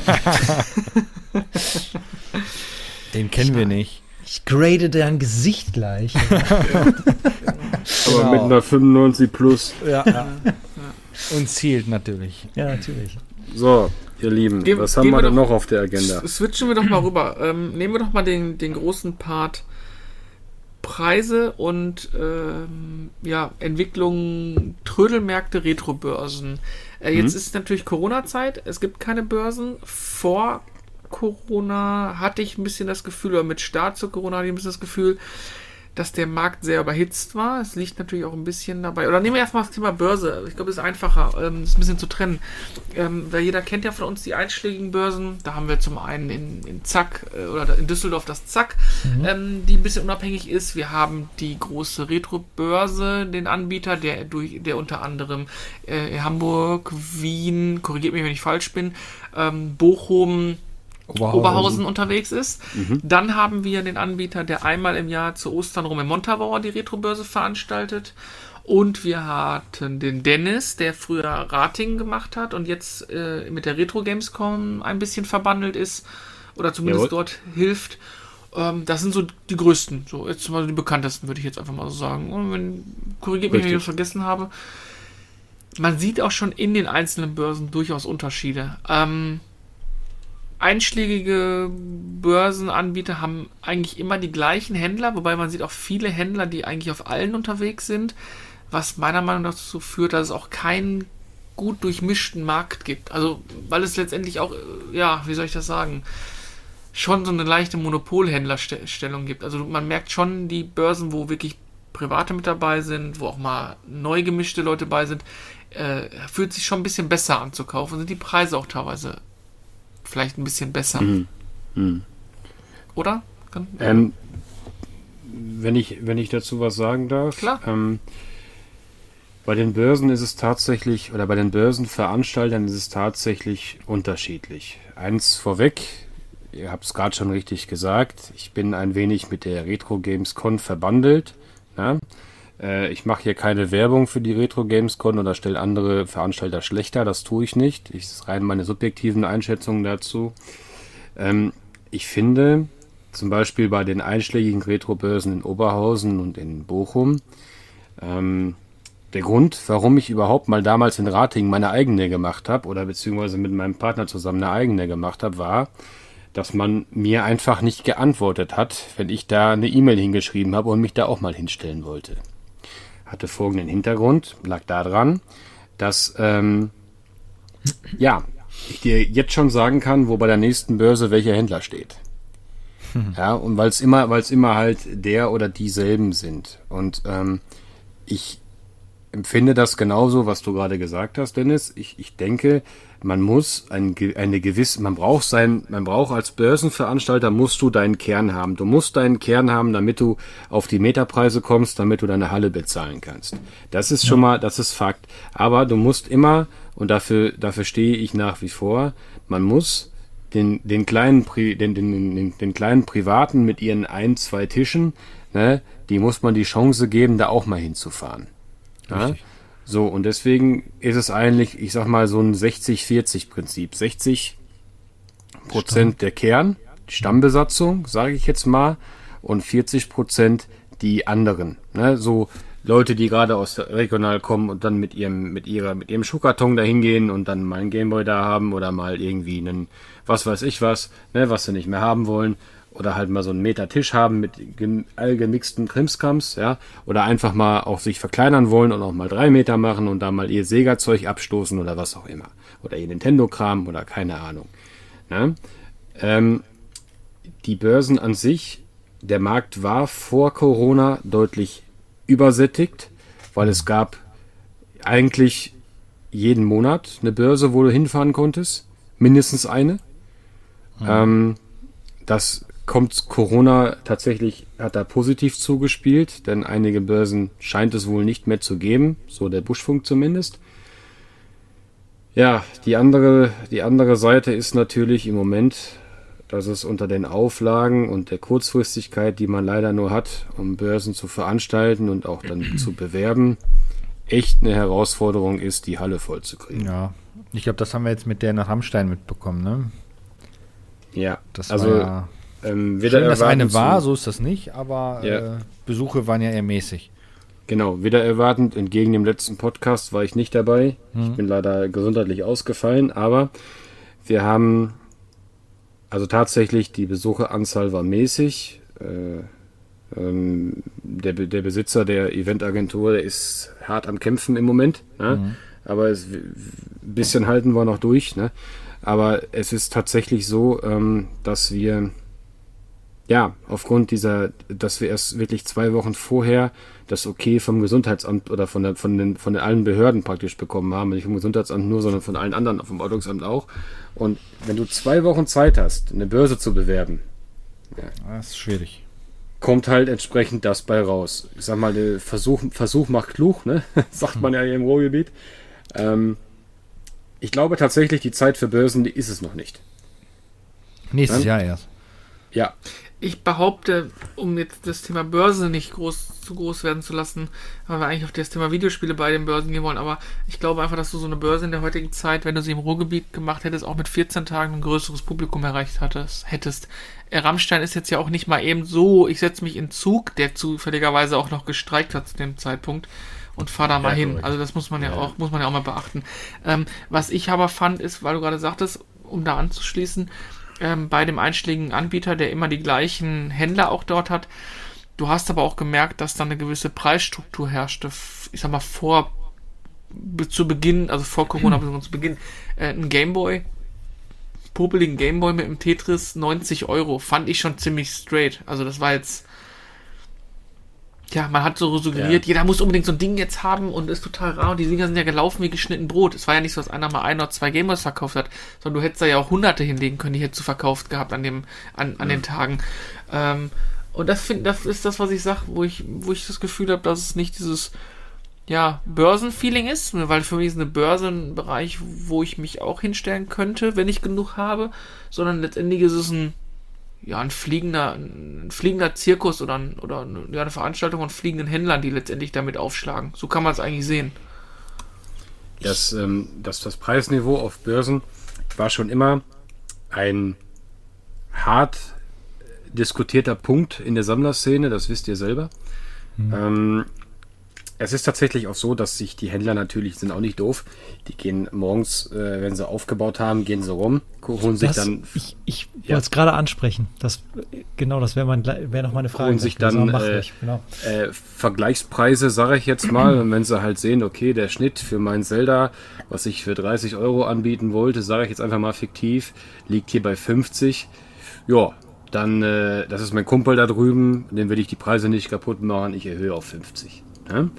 Den kennen wir nicht. Ich grade dein Gesicht gleich. Aber genau. Mit einer fünfundneunzig plus. Ja, ja. Und zielt natürlich. Ja, natürlich. So, ihr Lieben, Ge was haben wir denn noch auf der Agenda? Switchen wir doch mal rüber. Ähm, nehmen wir doch mal den, den großen Part Preise und ähm, ja, Entwicklung, Trödelmärkte, Retrobörsen. Äh, jetzt mhm. ist natürlich Corona-Zeit, es gibt keine Börsen. Vor Corona hatte ich ein bisschen das Gefühl, oder mit Start zu Corona hatte ich ein bisschen das Gefühl, dass der Markt sehr überhitzt war. Es liegt natürlich auch ein bisschen dabei. Oder nehmen wir erstmal das Thema Börse. Ich glaube, das ist einfacher, ähm, das ein bisschen zu trennen. Ähm, weil jeder kennt ja von uns die einschlägigen Börsen. Da haben wir zum einen in, in Zack äh, oder in Düsseldorf das Zack, mhm. ähm, die ein bisschen unabhängig ist. Wir haben die große Retro-Börse, den Anbieter, der durch, der unter anderem äh, Hamburg, Wien, korrigiert mich, wenn ich falsch bin, ähm, Bochum, Oberhausen. Oberhausen unterwegs ist. Mhm. Dann haben wir den Anbieter, der einmal im Jahr zu Ostern rum in Montabaur die Retrobörse veranstaltet. Und wir hatten den Dennis, der früher Rating gemacht hat und jetzt äh, mit der Retro Gamescom ein bisschen verbandelt ist oder zumindest Jawohl. dort hilft. Ähm, das sind so die größten, so jetzt mal die bekanntesten, würde ich jetzt einfach mal so sagen. Und wenn, korrigiert mich, wenn ich das vergessen habe. Man sieht auch schon in den einzelnen Börsen durchaus Unterschiede. Ähm, Einschlägige Börsenanbieter haben eigentlich immer die gleichen Händler, wobei man sieht auch viele Händler, die eigentlich auf allen unterwegs sind, was meiner Meinung nach dazu führt, dass es auch keinen gut durchmischten Markt gibt. Also, weil es letztendlich auch, ja, wie soll ich das sagen, schon so eine leichte Monopolhändlerstellung gibt. Also man merkt schon die Börsen, wo wirklich Private mit dabei sind, wo auch mal neu gemischte Leute dabei sind, äh, fühlt sich schon ein bisschen besser an zu kaufen. Sind die Preise auch teilweise vielleicht ein bisschen besser. Mhm. Mhm. Oder? Kann, ähm, wenn ich, wenn ich dazu was sagen darf. Klar. Ähm, bei den Börsen ist es tatsächlich, oder bei den Börsenveranstaltern ist es tatsächlich unterschiedlich. Eins vorweg, ihr habt es gerade schon richtig gesagt, ich bin ein wenig mit der Retro Games Con verbandelt. Ja? Äh, ich mache hier keine Werbung für die Retro Games Con oder stelle andere Veranstalter schlechter, das tue ich nicht. Das ist rein meine subjektiven Einschätzungen dazu. Ähm, ich finde, zum Beispiel bei den einschlägigen Retro-Börsen in Oberhausen und in Bochum, ähm, der Grund, warum ich überhaupt mal damals in Ratingen meine eigene gemacht habe oder beziehungsweise mit meinem Partner zusammen eine eigene gemacht habe, war, dass man mir einfach nicht geantwortet hat, wenn ich da eine E-Mail hingeschrieben habe und mich da auch mal hinstellen wollte. Hatte folgenden Hintergrund, lag daran, dass ähm, ja, ich dir jetzt schon sagen kann, wo bei der nächsten Börse welcher Händler steht. Hm. Ja, und weil es immer, weil es immer halt der oder dieselben sind. Und ähm, ich empfinde das genauso, was du gerade gesagt hast, Dennis. Ich, ich denke, man muss ein, eine gewisse, man braucht sein, man braucht als Börsenveranstalter, musst du deinen Kern haben. Du musst deinen Kern haben, damit du auf die Meterpreise kommst, damit du deine Halle bezahlen kannst. Das ist schon mal, das ist Fakt. Aber du musst immer, und dafür, dafür stehe ich nach wie vor, man muss den, den kleinen, Pri, den, den, den, den kleinen Privaten mit ihren ein, zwei Tischen, ne, die muss man die Chance geben, da auch mal hinzufahren. Ja? So, und deswegen ist es eigentlich, ich sag mal, so ein sechzig vierzig Prinzip. sechzig Prozent Stamm. Der Kern, die Stammbesatzung, sage ich jetzt mal, und vierzig Prozent die anderen. Ne? So Leute, die gerade aus der Regional kommen und dann mit ihrem, mit ihrer, mit ihrem Schuhkarton da hingehen und dann mal einen Gameboy da haben oder mal irgendwie einen, was weiß ich was, ne, was sie nicht mehr haben wollen. Oder halt mal so einen Meter Tisch haben mit allgemixten Krimskrams, ja, oder einfach mal auch sich verkleinern wollen und auch mal drei Meter machen und da mal ihr Sega-Zeug abstoßen oder was auch immer. Oder ihr Nintendo-Kram oder keine Ahnung. Ne? Ähm, die Börsen an sich, der Markt war vor Corona deutlich übersättigt, weil es gab eigentlich jeden Monat eine Börse, wo du hinfahren konntest. Mindestens eine. Mhm. Ähm, das kommt Corona tatsächlich, hat da positiv zugespielt, denn einige Börsen scheint es wohl nicht mehr zu geben, so der Buschfunk zumindest. Ja, die andere, die andere Seite ist natürlich im Moment, dass es unter den Auflagen und der Kurzfristigkeit, die man leider nur hat, um Börsen zu veranstalten und auch dann zu bewerben, echt eine Herausforderung ist, die Halle voll zu kriegen. Ja, ich glaube, das haben wir jetzt mit der nach Rammstein mitbekommen, ne? Ja, das also war ja ähm, schön, dass eine war, so ist das nicht, aber ja. äh, Besuche waren ja eher mäßig. Genau, wieder erwartend, entgegen dem letzten Podcast war ich nicht dabei. Mhm. Ich bin leider gesundheitlich ausgefallen, aber wir haben, also tatsächlich, die Besucheranzahl war mäßig. Äh, ähm, der, der Besitzer der Eventagentur, der ist hart am Kämpfen im Moment, ne? Mhm. Aber es, ein bisschen halten wir noch durch, ne? Aber es ist tatsächlich so, ähm, dass wir, ja, aufgrund dieser, dass wir erst wirklich zwei Wochen vorher das Okay vom Gesundheitsamt oder von, der, von, den, von den allen Behörden praktisch bekommen haben, nicht vom Gesundheitsamt nur, sondern von allen anderen, vom Ordnungsamt auch. Und wenn du zwei Wochen Zeit hast, eine Börse zu bewerben, ja, das ist schwierig. Kommt halt entsprechend das bei raus. Ich sag mal, der Versuch, Versuch macht klug, ne? Sagt man ja hier im Ruhrgebiet. Ähm, Ich glaube tatsächlich, die Zeit für Börsen, die ist es noch nicht. Nächstes Dann? Jahr erst. Ja. Ich behaupte, um jetzt das Thema Börse nicht groß zu groß werden zu lassen, weil wir eigentlich auf das Thema Videospiele bei den Börsen gehen wollen, aber ich glaube einfach, dass du so eine Börse in der heutigen Zeit, wenn du sie im Ruhrgebiet gemacht hättest, auch mit vierzehn Tagen ein größeres Publikum erreicht hattest, hättest. Rammstein ist jetzt ja auch nicht mal eben so, ich setze mich in Zug, der zufälligerweise auch noch gestreikt hat zu dem Zeitpunkt, und fahr da mal ja, hin. Correct. Also das muss man ja, ja auch, muss man ja auch mal beachten. Ähm, was ich aber fand, ist, weil du gerade sagtest, um da anzuschließen, ähm, bei dem einschlägigen Anbieter, der immer die gleichen Händler auch dort hat, du hast aber auch gemerkt, dass da eine gewisse Preisstruktur herrschte, ich sag mal, vor, zu Beginn, also vor Corona, hm. zu Beginn, äh, ein Gameboy, popeligen Gameboy mit einem Tetris, neunzig Euro, fand ich schon ziemlich straight. Also das war jetzt Ja, man hat so suggeriert, ja. jeder muss unbedingt so ein Ding jetzt haben und ist total rar. Und die Dinger sind ja gelaufen wie geschnitten Brot. Es war ja nicht so, dass einer mal ein oder zwei Gameboys verkauft hat, sondern du hättest da ja auch hunderte hinlegen können, die hättest du verkauft gehabt an dem, an, an ja. den Tagen. Ähm, und das find, das ist das, was ich sag, wo ich, wo ich das Gefühl habe, dass es nicht dieses, ja, Börsenfeeling ist, weil für mich ist eine Börse ein Bereich, wo ich mich auch hinstellen könnte, wenn ich genug habe, sondern letztendlich ist es ein, ja, ein fliegender, ein fliegender Zirkus oder, ein, oder eine, ja, eine Veranstaltung von fliegenden Händlern, die letztendlich damit aufschlagen. So kann man es eigentlich sehen. Das, ähm, das, das Preisniveau auf Börsen war schon immer ein hart diskutierter Punkt in der Sammlerszene, das wisst ihr selber. Mhm. Ähm, es ist tatsächlich auch so, dass sich die Händler natürlich, sind auch nicht doof, die gehen morgens, äh, wenn sie aufgebaut haben, gehen sie rum, holen sich das, dann... Ich, ich ja. wollte es gerade ansprechen. Das, genau, das wäre mein, wär noch meine Frage. Holen sich dann äh, genau. äh, Vergleichspreise, sage ich jetzt mal, und wenn sie halt sehen, okay, der Schnitt für mein Zelda, was ich für dreißig Euro anbieten wollte, sage ich jetzt einfach mal fiktiv, liegt hier bei fünfzig. Ja, dann, äh, das ist mein Kumpel da drüben, dem will ich die Preise nicht kaputt machen, ich erhöhe auf fünfzig. Ne?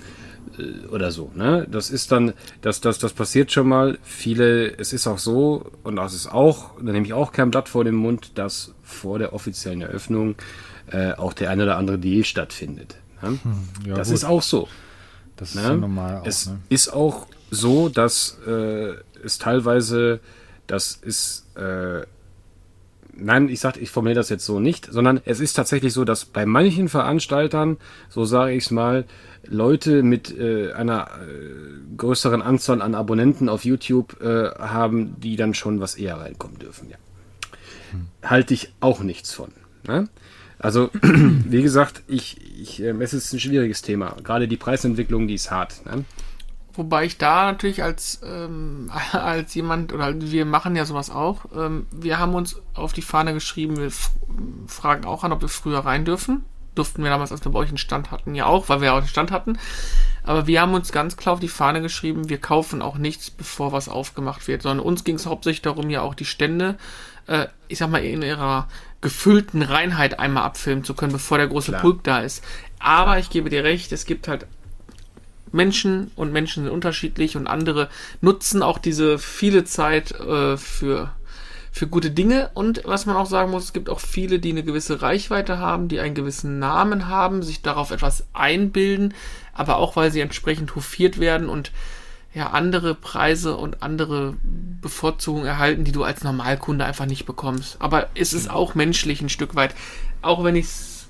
Oder so, ne? Das ist dann, das, das, das passiert schon mal. Viele, es ist auch so, und das ist auch, da nehme ich auch kein Blatt vor den Mund, dass vor der offiziellen Eröffnung äh, auch der eine oder andere Deal stattfindet. Ne? Hm, ja, das gut. ist auch so. Das ne? ist ja normal auch, Es ne? ist auch so, dass äh, es teilweise, das ist, äh, nein, ich sag, ich formuliere das jetzt so nicht, sondern es ist tatsächlich so, dass bei manchen Veranstaltern, so sage ich es mal, Leute mit äh, einer äh, größeren Anzahl an Abonnenten auf YouTube äh, haben, die dann schon was eher reinkommen dürfen. Ja. Hm. Halte ich auch nichts von. Ne? Also, wie gesagt, ich, ich, äh, es ist ein schwieriges Thema. Gerade die Preisentwicklung, die ist hart. Ne? Wobei ich da natürlich als, ähm, als jemand, oder wir machen ja sowas auch, ähm, wir haben uns auf die Fahne geschrieben, wir f- fragen auch an, ob wir früher rein dürfen. Durften wir damals, als wir bei euch einen Stand hatten, ja auch, weil wir auch einen Stand hatten. Aber wir haben uns ganz klar auf die Fahne geschrieben, wir kaufen auch nichts, bevor was aufgemacht wird, sondern uns ging es hauptsächlich darum, ja auch die Stände, äh, ich sag mal, in ihrer gefüllten Reinheit einmal abfilmen zu können, bevor der große Klar. Pulk da ist. Aber ich gebe dir recht, es gibt halt Menschen und Menschen sind unterschiedlich und andere nutzen auch diese viele Zeit äh, für für gute Dinge. Und was man auch sagen muss, es gibt auch viele, die eine gewisse Reichweite haben, die einen gewissen Namen haben, sich darauf etwas einbilden, aber auch, weil sie entsprechend hofiert werden und ja andere Preise und andere Bevorzugungen erhalten, die du als Normalkunde einfach nicht bekommst. Aber es ist auch menschlich ein Stück weit, auch wenn ich es,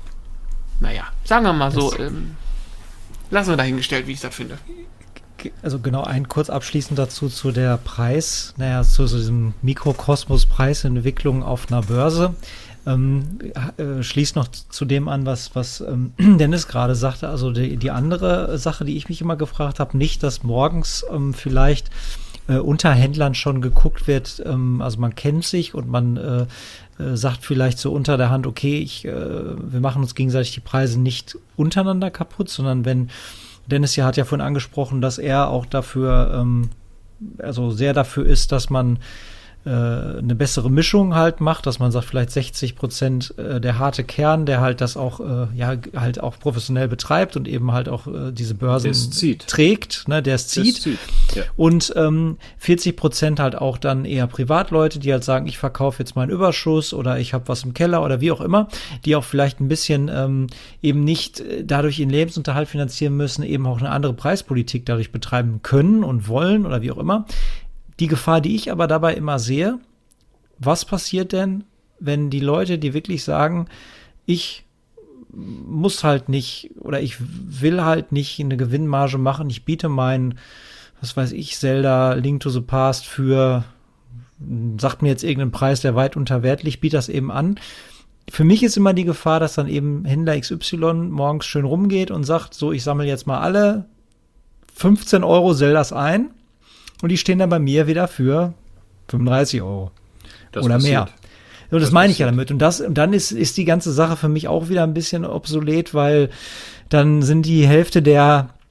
naja, sagen wir mal so, ähm, lassen wir dahingestellt, wie ich das finde. Also genau, ein kurz abschließend dazu zu der Preis, naja, zu, zu diesem Mikrokosmos Preisentwicklung auf einer Börse. Ähm, äh, schließt noch zu dem an, was, was ähm, Dennis gerade sagte. Also die, die andere Sache, die ich mich immer gefragt habe, nicht, dass morgens ähm, vielleicht äh, unter Händlern schon geguckt wird, ähm, also man kennt sich und man äh, äh, sagt vielleicht so unter der Hand, okay, ich, äh, wir machen uns gegenseitig die Preise nicht untereinander kaputt, sondern wenn Dennis ja hat ja vorhin angesprochen, dass er auch dafür, ähm, also sehr dafür ist, dass man äh, eine bessere Mischung halt macht, dass man sagt, vielleicht sechzig Prozent äh, der harte Kern, der halt das auch, äh, ja, halt auch professionell betreibt und eben halt auch äh, diese Börsen trägt, ne, der es zieht. zieht. Ja. Und ähm, vierzig Prozent halt auch dann eher Privatleute, die halt sagen, ich verkaufe jetzt meinen Überschuss oder ich habe was im Keller oder wie auch immer, die auch vielleicht ein bisschen ähm, eben nicht dadurch ihren Lebensunterhalt finanzieren müssen, eben auch eine andere Preispolitik dadurch betreiben können und wollen oder wie auch immer. Die Gefahr, die ich aber dabei immer sehe, was passiert denn, wenn die Leute, die wirklich sagen, ich muss halt nicht oder ich will halt nicht eine Gewinnmarge machen, ich biete mein, was weiß ich, Zelda Link to the Past für, sagt mir jetzt irgendeinen Preis, der weit unter Wert liegt, biete das eben an. Für mich ist immer die Gefahr, dass dann eben Händler X Y morgens schön rumgeht und sagt, so, ich sammle jetzt mal alle fünfzehn Euro Zeldas ein. Und die stehen dann bei mir wieder für fünfunddreißig Euro das oder passiert. Mehr. So, das, das meine ich ja damit. Und das, und dann ist, ist die ganze Sache für mich auch wieder ein bisschen obsolet, weil dann sind die Hälfte der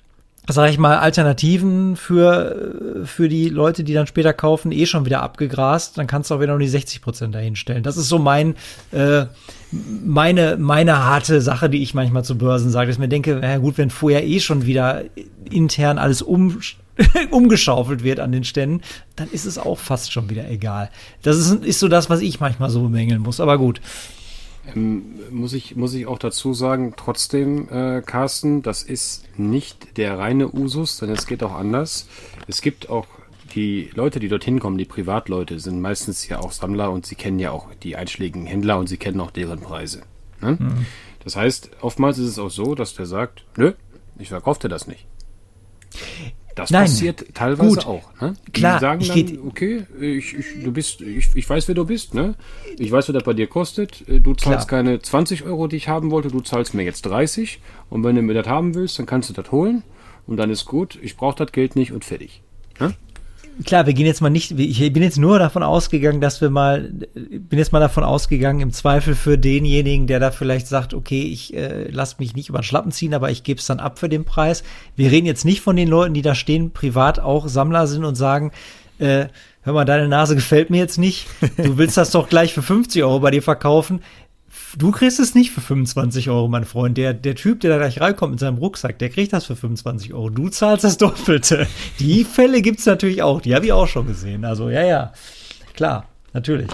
sag ich mal, Alternativen für, für die Leute, die dann später kaufen, eh schon wieder abgegrast, dann kannst du auch wieder nur die sechzig Prozent dahinstellen. Das ist so mein, äh, meine, meine harte Sache, die ich manchmal zu Börsen sage, dass ich mir denke, na gut, wenn vorher eh schon wieder intern alles um, umgeschaufelt wird an den Ständen, dann ist es auch fast schon wieder egal. Das ist, ist so das, was ich manchmal so bemängeln muss, aber gut. Ähm, muss ich, muss ich auch dazu sagen, trotzdem, äh, Carsten, das ist nicht der reine Usus, denn es geht auch anders. Es gibt auch die Leute, die dorthin kommen, die Privatleute, sind meistens ja auch Sammler und sie kennen ja auch die einschlägigen Händler und sie kennen auch deren Preise. Ne? Mhm. Das heißt, oftmals ist es auch so, dass der sagt, nö, ich verkaufe dir das nicht. Das Nein, passiert teilweise gut. auch. Ne? Die Klar, sagen ich dann, geh- okay, ich, ich, du bist, ich, ich weiß, wer du bist. Ne? Ich weiß, was das bei dir kostet. Du zahlst Klar. keine zwanzig Euro, die ich haben wollte. Du zahlst mir jetzt dreißig. Und wenn du mir das haben willst, dann kannst du das holen. Und dann ist gut. Ich brauche das Geld nicht und fertig. Ne? Klar, wir gehen jetzt mal nicht, ich bin jetzt nur davon ausgegangen, dass wir mal, bin jetzt mal davon ausgegangen, im Zweifel für denjenigen, der da vielleicht sagt, okay, ich äh, lasse mich nicht über den Schlappen ziehen, aber ich gebe es dann ab für den Preis. Wir reden jetzt nicht von den Leuten, die da stehen, privat auch Sammler sind und sagen, äh, hör mal, deine Nase gefällt mir jetzt nicht, du willst das doch gleich für fünfzig Euro bei dir verkaufen. Du kriegst es nicht für fünfundzwanzig Euro, mein Freund. Der, der Typ, der da gleich reinkommt mit seinem Rucksack, der kriegt das für fünfundzwanzig Euro. Du zahlst das Doppelte. Die Fälle gibt's natürlich auch. Die habe ich auch schon gesehen. Also, ja, ja. Klar, natürlich.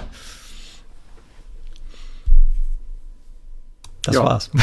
Das Ja. war's.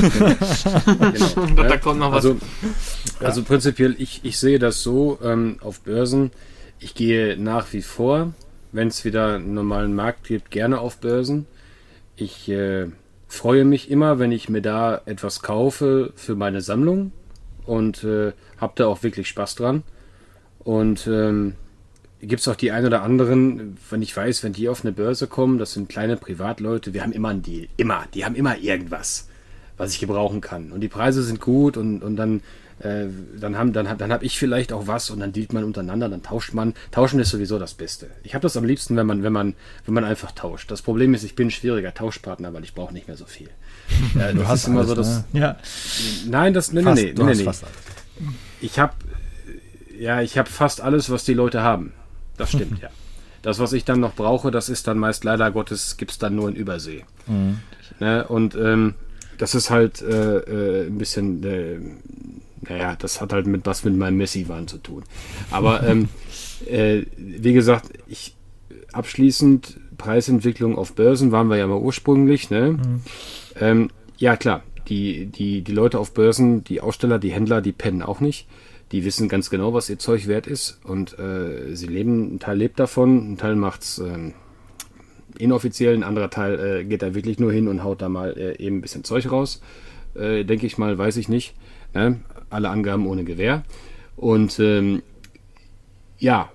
Genau. Da kommt noch was. Also, also prinzipiell, ich, ich sehe das so ähm, auf Börsen. Ich gehe nach wie vor, wenn es wieder einen normalen Markt gibt, gerne auf Börsen. Ich äh, freue mich immer, wenn ich mir da etwas kaufe für meine Sammlung und äh, habe da auch wirklich Spaß dran. Und ähm, gibt es auch die ein oder anderen, wenn ich weiß, wenn die auf eine Börse kommen, das sind kleine Privatleute, wir haben immer einen Deal. Immer. Die haben immer irgendwas, was ich gebrauchen kann. Und die Preise sind gut und, und dann, äh, dann, haben, dann, dann habe ich vielleicht auch was und dann dealt man untereinander, dann tauscht man. Tauschen ist sowieso das Beste. Ich habe das am liebsten, wenn man, wenn, man, wenn man einfach tauscht. Das Problem ist, ich bin ein schwieriger Tauschpartner, weil ich brauche nicht mehr so viel. Äh, Du das hast ist immer alles, so das. ne? Ja. Nein, das. Nee, Fast, nee, du nee, hast nee. fast alles. Ich habe ja, ich habe fast alles, was die Leute haben. Das stimmt, ja. Das, was ich dann noch brauche, das ist dann meist leider Gottes, gibt es dann nur in Übersee. Mhm. Ne? Und ähm, das ist halt äh, äh, ein bisschen, äh, naja, das hat halt mit was mit meinem Messi-Wahn zu tun. Aber ähm, äh, wie gesagt, ich abschließend Preisentwicklung auf Börsen waren wir ja mal ursprünglich. Ne? Mhm. Ähm, ja, klar, die, die, die Leute auf Börsen, die Aussteller, die Händler, die pennen auch nicht. Die wissen ganz genau, was ihr Zeug wert ist und äh, sie leben, ein Teil lebt davon, ein Teil macht's ähm, inoffiziell, ein anderer Teil äh, geht da wirklich nur hin und haut da mal äh, eben ein bisschen Zeug raus. Äh, denke ich mal, weiß ich nicht. Ne? Alle Angaben ohne Gewähr. Und ähm, ja,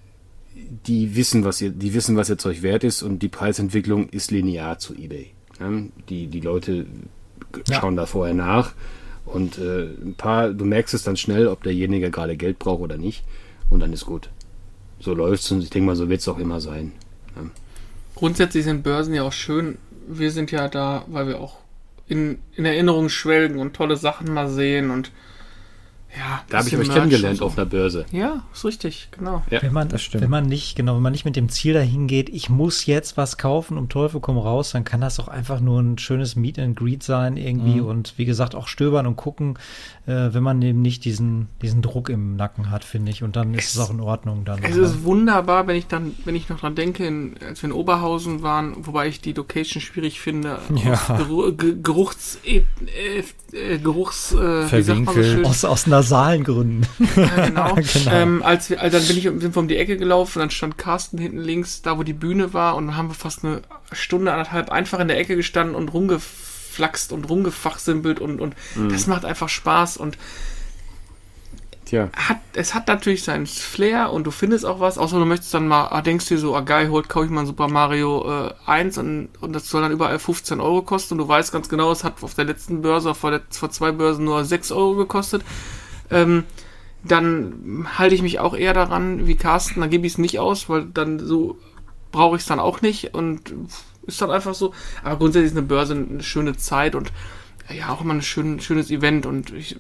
die wissen, was ihr, die wissen, was ihr Zeug wert ist und die Preisentwicklung ist linear zu eBay. Ne? Die, die Leute Ja. schauen da vorher nach. Und äh, ein paar, du merkst es dann schnell, ob derjenige gerade Geld braucht oder nicht. Und dann ist gut. So läuft's und ich denke mal, so wird es auch immer sein. Ja. Grundsätzlich sind Börsen ja auch schön. Wir sind ja da, weil wir auch in, in Erinnerung schwelgen und tolle Sachen mal sehen und ja. Da habe ich bisschen euch Merch kennengelernt und so. auf einer Börse. Ja, ist richtig, genau. Ja, Wenn man, das stimmt. wenn man nicht, genau, wenn man nicht mit dem Ziel dahin geht, ich muss jetzt was kaufen, um Teufel komm raus, dann kann das auch einfach nur ein schönes Meet and Greet sein irgendwie Mhm. und wie gesagt auch stöbern und gucken, äh, wenn man eben nicht diesen, diesen Druck im Nacken hat, finde ich. Und dann ist es auch in Ordnung dann. Es ist wunderbar, wenn ich dann, wenn ich noch dran denke, in, als wir in Oberhausen waren, wobei ich die Location schwierig finde, Ja. aus Geru Ge Geruchs, äh, äh, Geruchs, äh, wie sagt man so Verwinkelt. schön? aus, aus nasalen Gründen. Ja, genau. Genau. Ähm, als wir, also dann bin ich, sind wir um die Ecke gelaufen, dann stand Carsten hinten links, da wo die Bühne war, und dann haben wir fast eine Stunde, anderthalb einfach in der Ecke gestanden und rumgeflaxt und rumgefachsimpelt und, und Mhm. das macht einfach Spaß und Tja, hat, es hat natürlich seinen Flair und du findest auch was, außer du möchtest dann mal, ah, denkst dir so, ah geil, holt, kaufe ich mal ein Super Mario äh, eins und, und das soll dann überall fünfzehn Euro kosten und du weißt ganz genau, es hat auf der letzten Börse, vor, der, vor zwei Börsen nur sechs Euro gekostet. Ähm, dann halte ich mich auch eher daran wie Carsten, dann gebe ich es nicht aus, weil dann so brauche ich es dann auch nicht und ist dann einfach so. Aber grundsätzlich ist eine Börse eine schöne Zeit und ja, auch immer ein schön, schönes Event und ich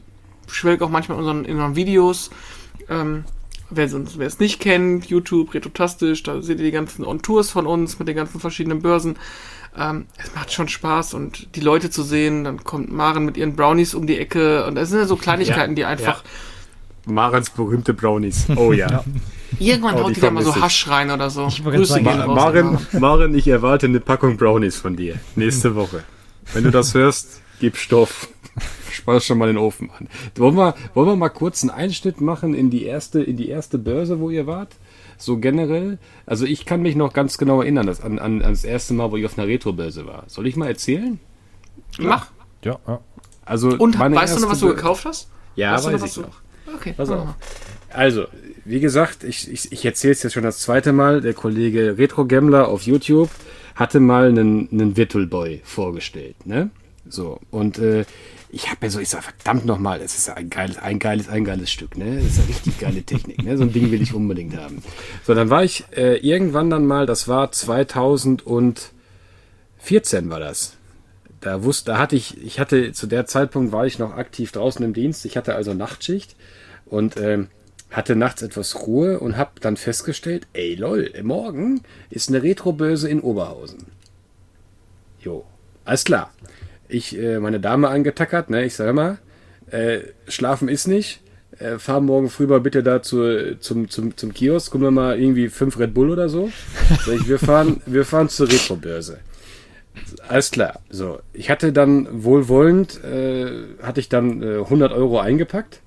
schwelge auch manchmal in unseren, in unseren Videos. Ähm, wer, sonst, wer es nicht kennt, YouTube, Retrotastisch, da seht ihr die ganzen On-Tours von uns mit den ganzen verschiedenen Börsen. Ähm, es macht schon Spaß und die Leute zu sehen, dann kommt Maren mit ihren Brownies um die Ecke und das sind ja so Kleinigkeiten, ja, die einfach... Ja. Marens berühmte Brownies, oh ja. ja. Irgendwann oh, haut die da mal so Hasch rein oder so. Ich Grüße sagen, Ma- Maren, Maren, ich erwarte eine Packung Brownies von dir nächste Woche. Wenn du das hörst, gib Stoff. Spaß schon mal den Ofen an. Wollen wir, wollen wir mal kurz einen Einschnitt machen in die erste, in die erste Börse, wo ihr wart? So generell. Also ich kann mich noch ganz genau erinnern, dass an, an, an das erste Mal, wo ich auf einer Retro-Börse war. Soll ich mal erzählen? Mach. Ja, ja. Also und weißt du noch, was du gekauft hast? Ja, weißt weiß noch, ich du... noch. Okay. Pass auf. Also, wie gesagt, ich, ich, ich erzähle es jetzt schon das zweite Mal. Der Kollege Retro Gambler auf YouTube hatte mal einen, einen Virtual Boy vorgestellt, ne? So, und äh, ich habe mir so, ich sag, verdammt nochmal, es ist ein geiles, ein geiles, ein geiles Stück, ne? Das ist eine richtig geile Technik, ne? So ein Ding will ich unbedingt haben. So, dann war ich äh, irgendwann dann mal, das war zweitausendvierzehn war das. Da wusste, da hatte ich, ich hatte, zu der Zeitpunkt war ich noch aktiv draußen im Dienst, ich hatte also Nachtschicht und ähm, hatte nachts etwas Ruhe und habe dann festgestellt, ey lol, morgen ist eine Retrobörse in Oberhausen. Jo, alles klar. Ich äh, meine Dame angetackert, ne, ich sage mal, äh, schlafen ist nicht, äh, fahr morgen früh mal bitte da zu, zum, zum, zum Kiosk, gucken wir mal irgendwie fünf Red Bull oder so. Sag ich, wir fahren, wir fahren zur Retrobörse. Alles klar. So, ich hatte dann wohlwollend, äh, hatte ich dann äh, hundert Euro eingepackt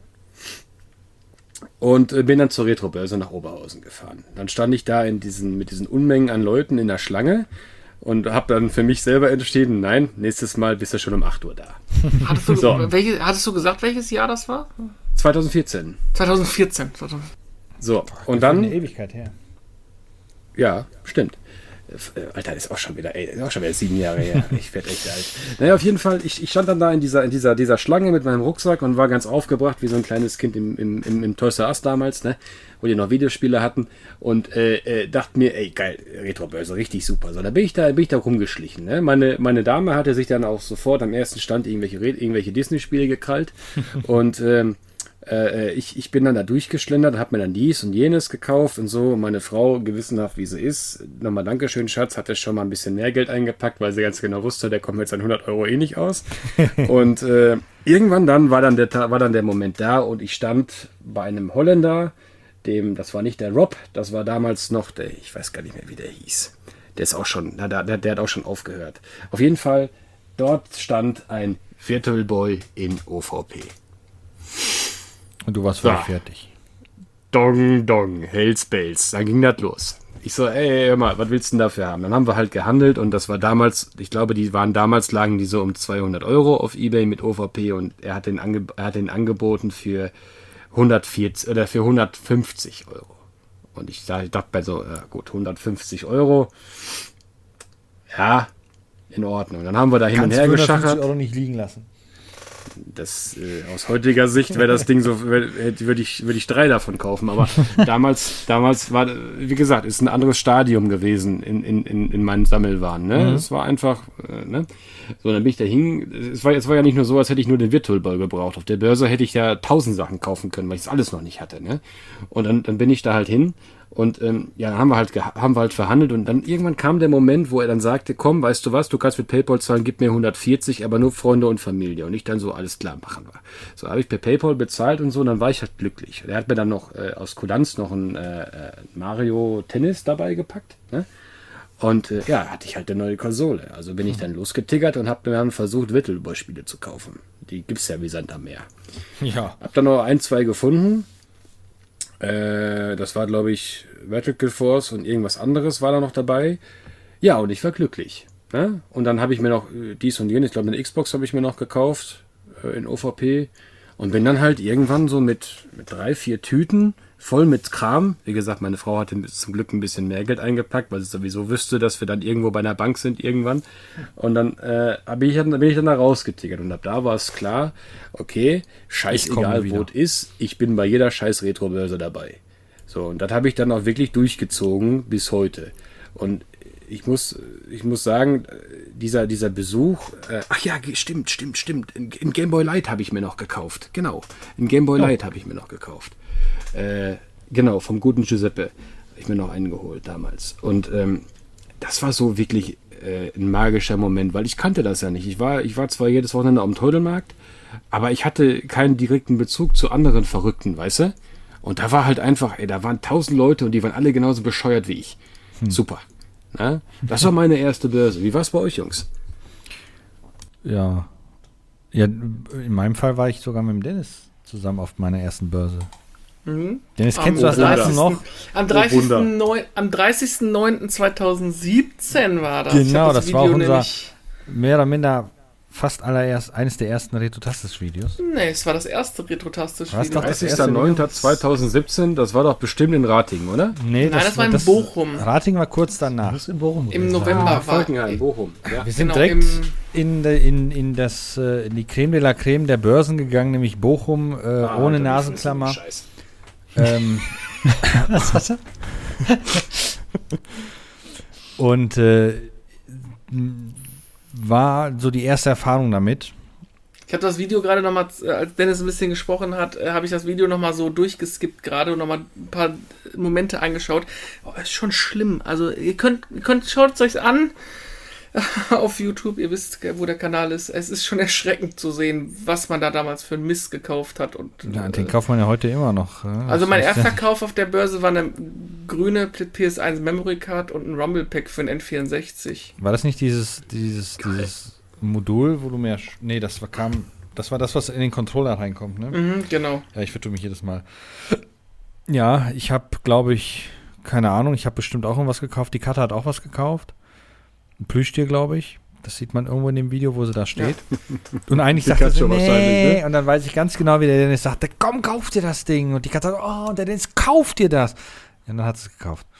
und äh, bin dann zur Retrobörse nach Oberhausen gefahren. Dann stand ich da in diesen, mit diesen Unmengen an Leuten in der Schlange und habe dann für mich selber entschieden, nein, nächstes Mal bist du schon um acht Uhr da. Hattest du, so. welche, hattest du gesagt, welches Jahr das war? zweitausendvierzehn. zweitausendvierzehn. So, und dann... Eine Ewigkeit her. Ja, stimmt. Alter, ist auch schon wieder, ey, ist auch schon wieder sieben Jahre her. Ich werde echt alt. Naja, auf jeden Fall, ich, ich stand dann da in dieser, in dieser, dieser Schlange mit meinem Rucksack und war ganz aufgebracht, wie so ein kleines Kind im, im, im, im Toys R Us damals, ne, wo die noch Videospiele hatten und äh, äh, dachte mir, ey, geil, Retrobörse, richtig super. So, da bin ich da, bin ich da rumgeschlichen, ne. Meine, meine Dame hatte sich dann auch sofort am ersten Stand irgendwelche, irgendwelche Disney-Spiele gekrallt und, ähm, Äh, ich, ich bin dann da durchgeschlendert und habe mir dann dies und jenes gekauft und so. Und meine Frau, gewissenhaft wie sie ist, nochmal Dankeschön, Schatz, hat ja schon mal ein bisschen mehr Geld eingepackt, weil sie ganz genau wusste, der kommt jetzt an hundert Euro eh nicht aus. Und äh, irgendwann dann war dann, der, war dann der Moment da und ich stand bei einem Holländer, dem, das war nicht der Rob, das war damals noch der, ich weiß gar nicht mehr, wie der hieß. Der ist auch schon, na, der, der hat auch schon aufgehört. Auf jeden Fall, dort stand ein Virtual Boy in O V P. Und du warst so. voll fertig. Dong, dong, Hells Bells. Dann ging das los. Ich so, ey, hör mal, was willst du denn dafür haben? Dann haben wir halt gehandelt und das war damals, ich glaube, die waren damals, lagen die so um zweihundert Euro auf Ebay mit O V P und er hat den, ange, er hat den angeboten für hundertvierzig oder für hundertfünfzig Euro. Und ich, ich dachte bei so, ja gut, hundertfünfzig Euro. Ja, in Ordnung. Dann haben wir da hin und her geschachert. Euro nicht liegen lassen. Das, äh, aus heutiger Sicht wäre das Ding so, würde ich, würde ich drei davon kaufen, aber damals, damals war, wie gesagt, ist ein anderes Stadium gewesen in, in, in, in meinen Sammelwaren, ne? Mhm. Es war einfach, äh, ne? So, dann bin ich da hin, es war, es war ja nicht nur so, als hätte ich nur den Virtual Boy gebraucht. Auf der Börse hätte ich ja tausend Sachen kaufen können, weil ich es alles noch nicht hatte, ne? Und dann, dann bin ich da halt hin und, ähm, ja, dann haben wir halt, haben wir halt verhandelt und dann irgendwann kam der Moment, wo er dann sagte, komm, weißt du was, du kannst mit PayPal zahlen, gib mir hundertvierzig, aber nur Freunde und Familie. Und ich dann so, alles klar, machen wir. So, habe ich per PayPal bezahlt und so, und dann war ich halt glücklich. Er hat mir dann noch äh, aus Kulanz noch ein äh, Mario Tennis dabei gepackt, ne? Und äh, ja, hatte ich halt eine neue Konsole. Also bin ich dann losgetiggert und habe mir dann versucht, Virtual Boy Spiele zu kaufen. Die gibt's ja wie Sand am Meer. Ja. Hab dann noch ein, zwei gefunden. Äh, das war, glaube ich, Vertical Force und irgendwas anderes war da noch dabei. Ja, und ich war glücklich. Ne? Und dann habe ich mir noch äh, dies und jenes, ich glaube, eine Xbox habe ich mir noch gekauft äh, in O V P. Und bin dann halt irgendwann so mit, mit drei, vier Tüten voll mit Kram. Wie gesagt, meine Frau hatte zum Glück ein bisschen mehr Geld eingepackt, weil sie sowieso wüsste, dass wir dann irgendwo bei einer Bank sind irgendwann. Und dann äh, bin, ich dann, bin ich dann da rausgetickert. Und ab da war es klar, okay, scheißegal, wo es ist, ich bin bei jeder scheiß Retrobörse dabei. So, und das habe ich dann auch wirklich durchgezogen bis heute. Und ich muss, ich muss sagen, dieser, dieser Besuch, äh, ach ja, stimmt, stimmt, stimmt, in, in Game Boy Light habe ich mir noch gekauft, genau, in Game Boy Light habe ich mir noch gekauft, äh, genau, vom guten Giuseppe habe ich mir noch einen geholt damals und ähm, das war so wirklich äh, ein magischer Moment, weil ich kannte das ja nicht, ich war, ich war zwar jedes Wochenende am Trödelmarkt, aber ich hatte keinen direkten Bezug zu anderen Verrückten, weißt du, und da war halt einfach, ey, da waren tausend Leute und die waren alle genauso bescheuert wie ich, hm. Super. Na, das war meine erste Börse. Wie war es bei euch, Jungs? Ja. Ja, in meinem Fall war ich sogar mit dem Dennis zusammen auf meiner ersten Börse. Mhm. Dennis, kennst am du das Datum noch? Am dreißigsten neunten zweitausendsiebzehn war das. Genau, das, das war auch unser mehr oder minder fast allererst eines der ersten Retrotastis-Videos. Nee, es war das erste Retrotastis-Video. dreißigsten neunten zweitausendsiebzehn, das war doch bestimmt in Ratingen, oder? Nee, Nein, das, das war in das, Bochum. Ratingen war kurz danach. Das ist in Bochum. Im November ah, war Falkenhain, Bochum. Ja. Wir sind genau, direkt in, in, in, das, in die Creme de la Creme der Börsen gegangen, nämlich Bochum, äh, ah, ohne Nasenklammer. Scheiß. Ähm, Was hat er? Und äh, war so die erste Erfahrung damit. Ich habe das Video gerade nochmal, als Dennis ein bisschen gesprochen hat, äh, habe ich das Video nochmal so durchgeskippt gerade und nochmal ein paar Momente angeschaut. Oh, ist schon schlimm. Also ihr könnt, ihr könnt schaut es euch an auf YouTube. Ihr wisst, wo der Kanal ist. Es ist schon erschreckend zu sehen, was man da damals für einen Mist gekauft hat. Und, Ja, äh, den kauft man ja heute immer noch. Ja. Also mein Das ist Erstverkauf auf der Börse war eine grüne P S eins Memory Card und ein Rumble Pack für ein N vierundsechzig. War das nicht dieses, dieses, dieses Modul, wo du mehr. Sch- nee, das war, kam. Das war das, was in den Controller reinkommt, ne? Mhm, genau. Ja, ich vertue mich jedes Mal. Ja, ich habe, glaube ich, keine Ahnung, ich habe bestimmt auch irgendwas gekauft. Die Katze hat auch was gekauft. Ein Plüschtier, glaube ich. Das sieht man irgendwo in dem Video, wo sie da steht. Ja. Und eigentlich Die sagt Katze sie, wahrscheinlich, nee. ne? Und dann weiß ich ganz genau, wie der Dennis sagte, komm, kauf dir das Ding. Und die Katze sagt, oh, der Dennis, kauf dir das. Ja, dann hat sie es gekauft.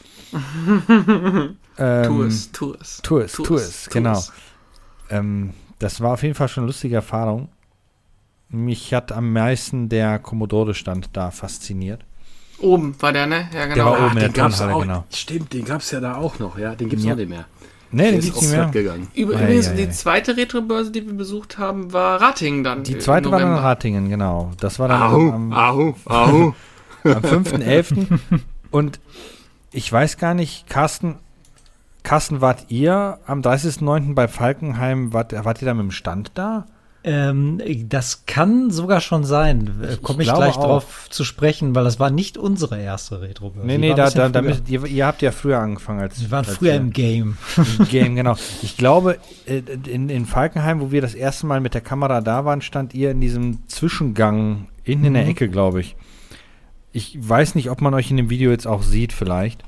ähm, Tu es, tu es. Tu es, Tu tu es, es, tu genau. es. Ähm, das war auf jeden Fall schon eine lustige Erfahrung. Mich hat am meisten der Commodore-Stand da fasziniert. Oben war der, ne? Ja, genau. Der war Ah, oben in der den gab's Turnhalle, auch, genau. Stimmt, den gab es ja da auch noch, ja. Den gibt es Ja. auch nicht mehr. Nee, Der den ist gibt's auch nicht mehr. platt gegangen. Über, Ei, übrigens, ei, die ei. zweite Retro-Börse, die wir besucht haben, war Ratingen dann. Die im zweite war dann in November. Ratingen, genau. Das war dann Au, am, au, au. am fünften elften Und ich weiß gar nicht, Carsten, Carsten, wart ihr am dreißigsten neunten bei Falkenheim, wart, wart ihr da mit dem Stand da? Ähm, das kann sogar schon sein. Ich- Komme ich ich, glaube gleich auch. drauf zu sprechen, weil das war nicht unsere erste Retro-Börse. Nee, Die nee, war ein da, bisschen da, da früher. müsst, ihr, ihr habt ja früher angefangen als Wir waren als früher wir. im Game. Im Game, genau. Ich glaube, äh, in, in Falkenheim, wo wir das erste Mal mit der Kamera da waren, stand ihr in diesem Zwischengang, hinten in der Mhm. Ecke, glaube ich. Ich weiß nicht, ob man euch in dem Video jetzt auch sieht, vielleicht.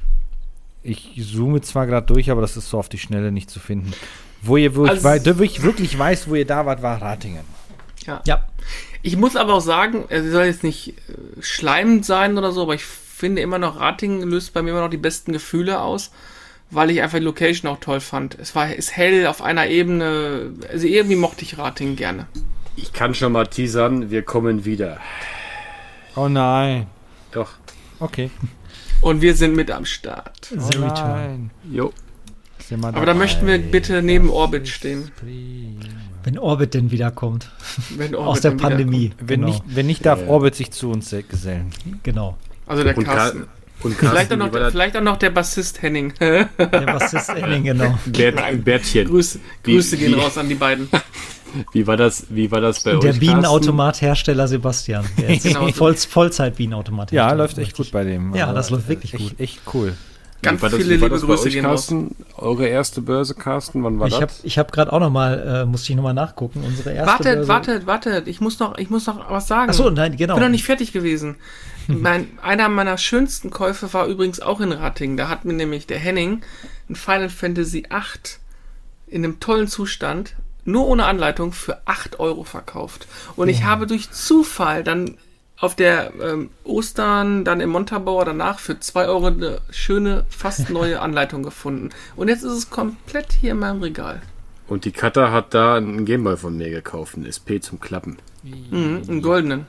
Ich zoome zwar gerade durch, aber das ist so auf die Schnelle nicht zu finden. Wo ihr wirklich, Also- wei- wo ich wirklich weiß, wo ihr da wart, war Ratingen. Ja. Ja. Ich muss aber auch sagen, es soll jetzt nicht äh, schleimend sein oder so, aber ich finde immer noch, Ratingen löst bei mir immer noch die besten Gefühle aus, weil ich einfach die Location auch toll fand. Es war ist hell auf einer Ebene, also irgendwie mochte ich Ratingen gerne. Ich kann schon mal teasern, wir kommen wieder. Oh nein. Doch. Okay. Und wir sind mit am Start. Oh The Return. nein. Jo. Sind wir Aber da dabei? möchten wir bitte neben Orbit stehen. Wenn Orbit denn wiederkommt. Wenn Orbit Aus der dann wieder Pandemie. Wenn, genau. nicht, wenn nicht, darf Ja. Orbit sich zu uns gesellen. Genau. kommt. Also der Und, Carsten. Ka und Vielleicht auch, Carsten, noch, wie war der, das? vielleicht auch noch der Bassist Henning. Der Bassist Henning, genau. Bert, Bertchen. Grüße, Wie- Grüße gehen wie- raus an die beiden. Wie war das, wie war das bei Und der euch, Bienenautomat-Hersteller Sebastian. Der ist Genau. Voll, Vollzeit-Bienenautomat-Hersteller. Ja, läuft echt Richtig. gut bei dem. Ja, Also, das läuft wirklich echt, gut. Echt cool. Ganz wie war das, viele wie war liebe das bei Grüße euch, gehen raus. Carsten? Eure erste Börse, Carsten, wann war Ich habe das? ich hab gerade auch noch mal, äh, musste ich noch mal nachgucken, unsere erste Wartet, Börse. wartet, wartet. Ich muss noch, ich muss noch was sagen. Achso, nein, genau. Ich bin noch nicht fertig gewesen. Mein, einer meiner schönsten Käufe war übrigens auch in Ratingen. Da hat mir nämlich der Henning ein Final Fantasy acht in einem tollen Zustand, nur ohne Anleitung, für acht Euro verkauft. Und ich habe durch Zufall dann auf der ähm, Ostern, dann im Montabaur danach für zwei Euro eine schöne, fast neue Anleitung gefunden. Und jetzt ist es komplett hier in meinem Regal. Und die Katha hat da einen Gameboy von mir gekauft, einen S P zum Klappen. Mhm, einen goldenen.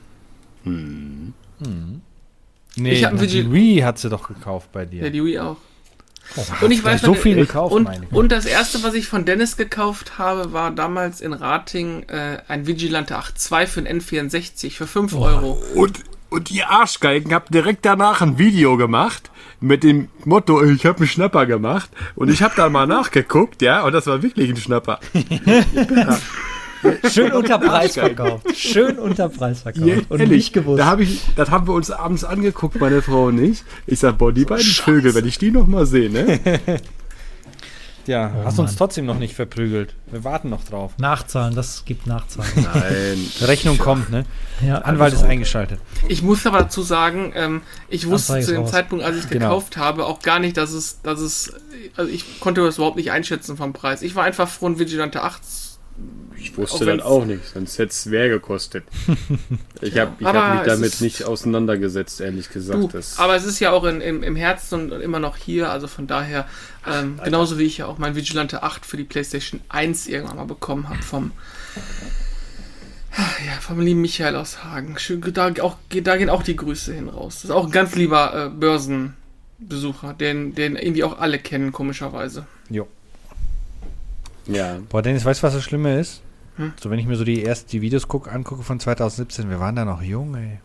Nee, Ich hab ein die Video- Wii hat sie doch gekauft bei dir. Ja, die Wii auch. Und ich weiß so noch, viel gekauft, und, meine ich. und das erste, was ich von Dennis gekauft habe, war damals in Rating äh, ein Vigilante acht zwei für den N vierundsechzig für fünf Euro. Und, und die Arschgeigen haben direkt danach ein Video gemacht mit dem Motto, ich habe einen Schnapper gemacht. Und ich habe da mal nachgeguckt, ja, und das war wirklich ein Schnapper. Ja. Schön unter Preis verkauft. Schön unter Preis verkauft. Ja, und ehrlich, nicht gewusst. Da hab ich, das haben wir uns abends angeguckt, meine Frau und ich. Ich sag, boah, die beiden Vögel, wenn ich die noch mal sehe, ne? Ja, Oh, hast uns Mann. trotzdem noch nicht verprügelt. Wir warten noch drauf. Nachzahlen, das gibt Nachzahlen. Nein. Rechnung kommt, ne? Ja, Anwalt ist eingeschaltet. Ich muss aber dazu sagen, ähm, ich wusste Anzeige zu dem raus. Zeitpunkt, als ich es Genau. gekauft habe, auch gar nicht, dass es, dass es, also ich konnte das überhaupt nicht einschätzen vom Preis. Ich war einfach froh, ein Vigilante acht. Ich Auch wusste wenn's- das auch nicht, sonst hätte es mehr gekostet. Ich habe ich Aber hab mich es damit ist- nicht auseinandergesetzt, ehrlich gesagt. Du, Das, aber es ist ja auch in, im, im Herzen und immer noch hier, also von daher, ähm, genauso wie ich ja auch mein Vigilante acht für die PlayStation eins irgendwann mal bekommen habe vom, ja, vom lieben Michael aus Hagen. Schön, da, auch, da gehen auch die Grüße hin raus. Das ist auch ein ganz lieber äh, Börsenbesucher, den, den irgendwie auch alle kennen, komischerweise. Jo. ja. Boah, Dennis, weißt du, was das Schlimme ist? Hm? So, wenn ich mir so die ersten die Videos guck, angucke von zwanzig siebzehn, wir waren da noch jung, ey.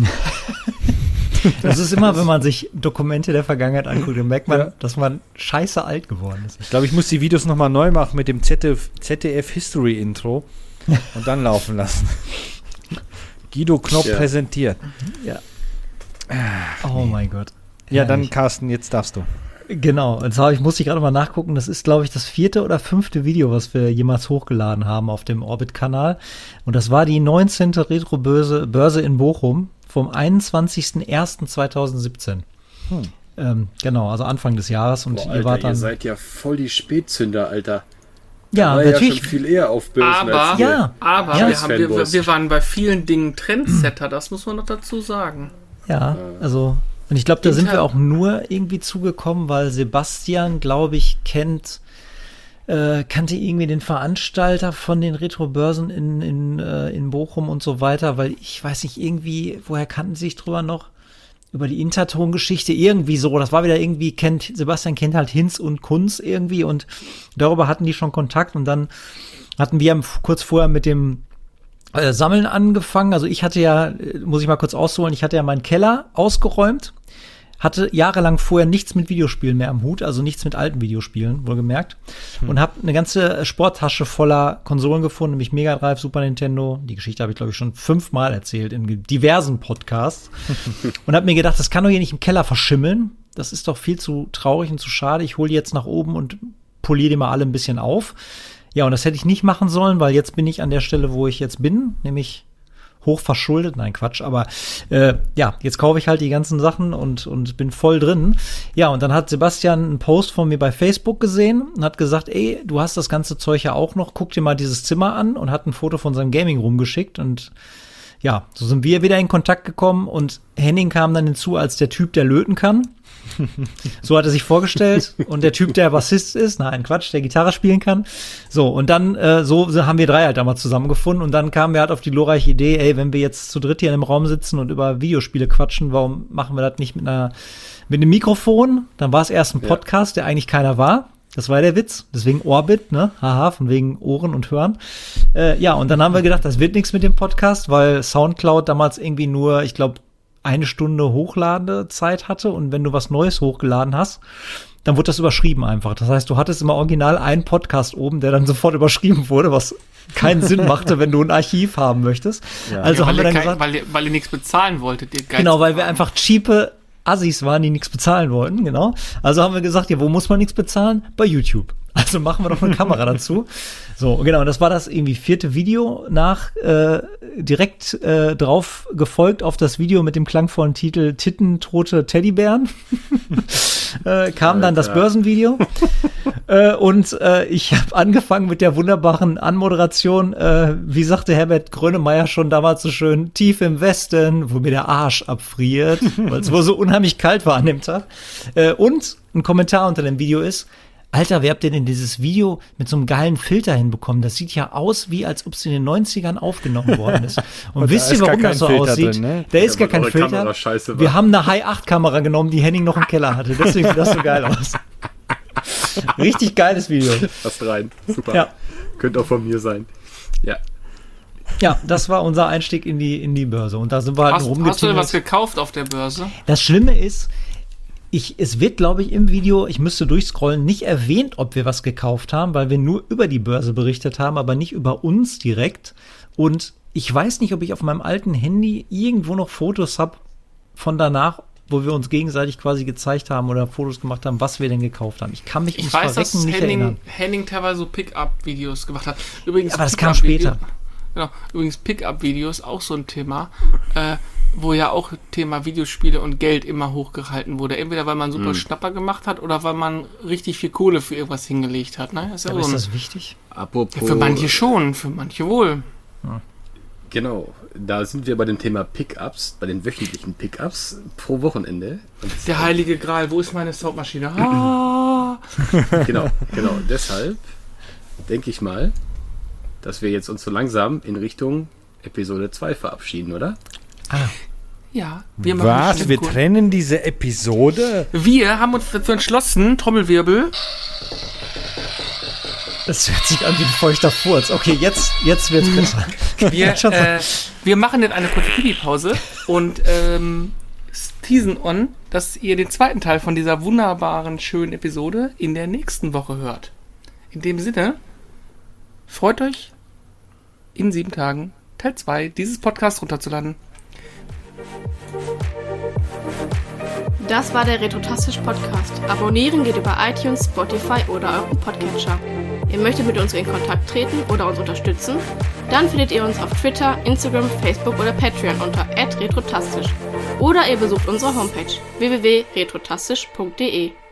Das ist immer, wenn man sich Dokumente der Vergangenheit anguckt, dann merkt man, Ja. dass man scheiße alt geworden ist. Ich glaube, ich muss die Videos nochmal neu machen mit dem Z D F, Z D F History Intro und dann laufen lassen. Guido Knopp Ja. präsentiert. Ja. Oh mein Gott. Ja, dann Herrlich. Carsten, jetzt darfst du. Genau, jetzt habe ich, muss ich gerade mal nachgucken. Das ist, glaube ich, das vierte oder fünfte Video, was wir jemals hochgeladen haben auf dem Orbit-Kanal. Und das war die neunzehnte Retro-Börse Börse in Bochum vom einundzwanzigsten ersten zweitausendsiebzehn. Hm. Ähm, genau, also Anfang des Jahres. Und Boah, ihr Alter, wart dann. ihr seid ja voll die Spätzünder, Alter. ja, war natürlich. Ja schon viel eher auf Börsen Aber, als wir. Ja. aber Ja. wir, haben, wir, Fanboys. wir waren bei vielen Dingen Trendsetter, das muss man noch dazu sagen. Ja, also, und ich glaube, da sind Inter- wir auch nur irgendwie zugekommen, weil Sebastian, glaube ich, kennt, äh, kannte irgendwie den Veranstalter von den Retro-Börsen in, in, äh, in Bochum und so weiter, weil ich weiß nicht, irgendwie, woher kannten sie sich drüber noch? Über die Interton-Geschichte, irgendwie so, das war wieder irgendwie, kennt, Sebastian kennt halt Hinz und Kunz irgendwie und darüber hatten die schon Kontakt und dann hatten wir kurz vorher mit dem äh, Sammeln angefangen. Also ich hatte ja, äh, muss ich mal kurz ausholen, ich hatte ja meinen Keller ausgeräumt, hatte jahrelang vorher nichts mit Videospielen mehr am Hut, also nichts mit alten Videospielen, wohlgemerkt. Hm. Und habe eine ganze Sporttasche voller Konsolen gefunden, nämlich Mega Drive, Super Nintendo. Die Geschichte habe ich, glaube ich, schon fünfmal erzählt in diversen Podcasts. Und habe mir gedacht, das kann doch hier nicht im Keller verschimmeln. Das ist doch viel zu traurig und zu schade. Ich hole die jetzt nach oben und poliere die mal alle ein bisschen auf. Ja, und das hätte ich nicht machen sollen, weil jetzt bin ich an der Stelle, wo ich jetzt bin, nämlich hoch verschuldet. Nein, Quatsch, aber äh, ja, jetzt kaufe ich halt die ganzen Sachen und, und bin voll drin. Ja, und dann hat Sebastian einen Post von mir bei Facebook gesehen und hat gesagt, ey, du hast das ganze Zeug ja auch noch, guck dir mal dieses Zimmer an und hat ein Foto von seinem Gaming-Room geschickt und ja, so sind wir wieder in Kontakt gekommen und Henning kam dann hinzu als der Typ, der löten kann. So hat er sich vorgestellt und der Typ, der Bassist ist, nein, Quatsch, der Gitarre spielen kann. So, und dann, äh, so haben wir drei halt damals zusammengefunden und dann kamen wir halt auf die glorreiche Idee, ey, wenn wir jetzt zu dritt hier in einem Raum sitzen und über Videospiele quatschen, warum machen wir das nicht mit einer, mit einem Mikrofon? Dann war es erst ein Podcast, der eigentlich keiner war. Das war der Witz. Deswegen Orbit, ne? Haha, von wegen Ohren und Hören. Äh, ja, und dann haben wir gedacht, das wird nichts mit dem Podcast, weil Soundcloud damals irgendwie nur, ich glaube, eine Stunde Hochladezeit hatte und wenn du was Neues hochgeladen hast, dann wurde das überschrieben einfach. Das heißt, du hattest immer original einen Podcast oben, der dann sofort überschrieben wurde, was keinen Sinn machte, wenn du ein Archiv haben möchtest. Ja. Also Ja, haben wir weil, dann ihr kein, gesagt, weil, ihr, weil ihr nichts bezahlen wolltet. Ihr genau, weil wir Geizkragen. einfach cheape Assis waren, die nichts bezahlen wollten, genau. Also haben wir gesagt, ja, wo muss man nichts bezahlen? Bei YouTube. Also machen wir doch eine Kamera dazu. So, genau, das war das irgendwie vierte Video nach, äh, direkt äh, drauf gefolgt auf das Video mit dem klangvollen Titel Tittentote Teddybären. äh, kam dann das Alter. Börsenvideo. äh, und äh, ich habe angefangen mit der wunderbaren Anmoderation, äh, wie sagte Herbert Grönemeyer schon damals so schön, tief im Westen, wo mir der Arsch abfriert, weil es wohl so unheimlich kalt war an dem Tag. Äh, und ein Kommentar unter dem Video ist, Alter, wer habt ihr denn dieses Video mit so einem geilen Filter hinbekommen? Das sieht ja aus, wie als ob es in den neunzigern aufgenommen worden ist. Und, Und wisst ihr, warum das so Filter aussieht? Drin, ne? Da ist ja, gar kein Filter. Wir haben eine High acht Kamera genommen, die Henning noch im Keller hatte. Deswegen sieht das so geil aus. Richtig geiles Video. Passt rein. Super. Ja. Könnte auch von mir sein. Ja. Ja, das war unser Einstieg in die, in die Börse. Und da sind wir halt hast, rumgetingelt. Hast du denn was gekauft auf der Börse? Das Schlimme ist, ich, es wird, glaube ich, im Video, ich müsste durchscrollen, nicht erwähnt, ob wir was gekauft haben, weil wir nur über die Börse berichtet haben, aber nicht über uns direkt. Und ich weiß nicht, ob ich auf meinem alten Handy irgendwo noch Fotos habe von danach, wo wir uns gegenseitig quasi gezeigt haben oder Fotos gemacht haben, was wir denn gekauft haben. Ich kann mich ums Verrecken nicht Henning, erinnern. Henning teilweise so Pick-up-Videos gemacht hat. Übrigens, aber das kam später. Genau, übrigens Pick-up-Videos, auch so ein Thema, äh, wo ja auch Thema Videospiele und Geld immer hochgehalten wurde. Entweder weil man einen super mm. Schnapper gemacht hat oder weil man richtig viel Kohle für irgendwas hingelegt hat. Ne? Ist, ja aber ist das wichtig? Apropos, ja, für manche schon, für manche wohl. Ja. Genau, da sind wir bei dem Thema Pickups, bei den wöchentlichen Pickups pro Wochenende. Der heilige Gral, wo ist meine Soundmaschine? Ah! Genau, genau. Deshalb denke ich mal, dass wir jetzt uns so langsam in Richtung Episode zwei verabschieden, oder? Ah. Ja, wir machen Was? Wir trennen diese Episode? Wir haben uns dazu entschlossen, Trommelwirbel. Das hört sich an wie ein feuchter Furz. Okay, jetzt, jetzt wird's besser. Wir, äh, wir machen jetzt eine kurze Pipi-Pause und ähm, teasen on, dass ihr den zweiten Teil von dieser wunderbaren, schönen Episode in der nächsten Woche hört. In dem Sinne, freut euch, in sieben Tagen Teil zwei dieses Podcast runterzuladen. Das war der Retrotastisch Podcast. Abonnieren geht über iTunes, Spotify oder euren Podcatcher. Ihr möchtet mit uns in Kontakt treten oder uns unterstützen? Dann findet ihr uns auf Twitter, Instagram, Facebook oder Patreon unter at retrotastisch. Oder ihr besucht unsere Homepage w w w punkt retrotastisch punkt d e.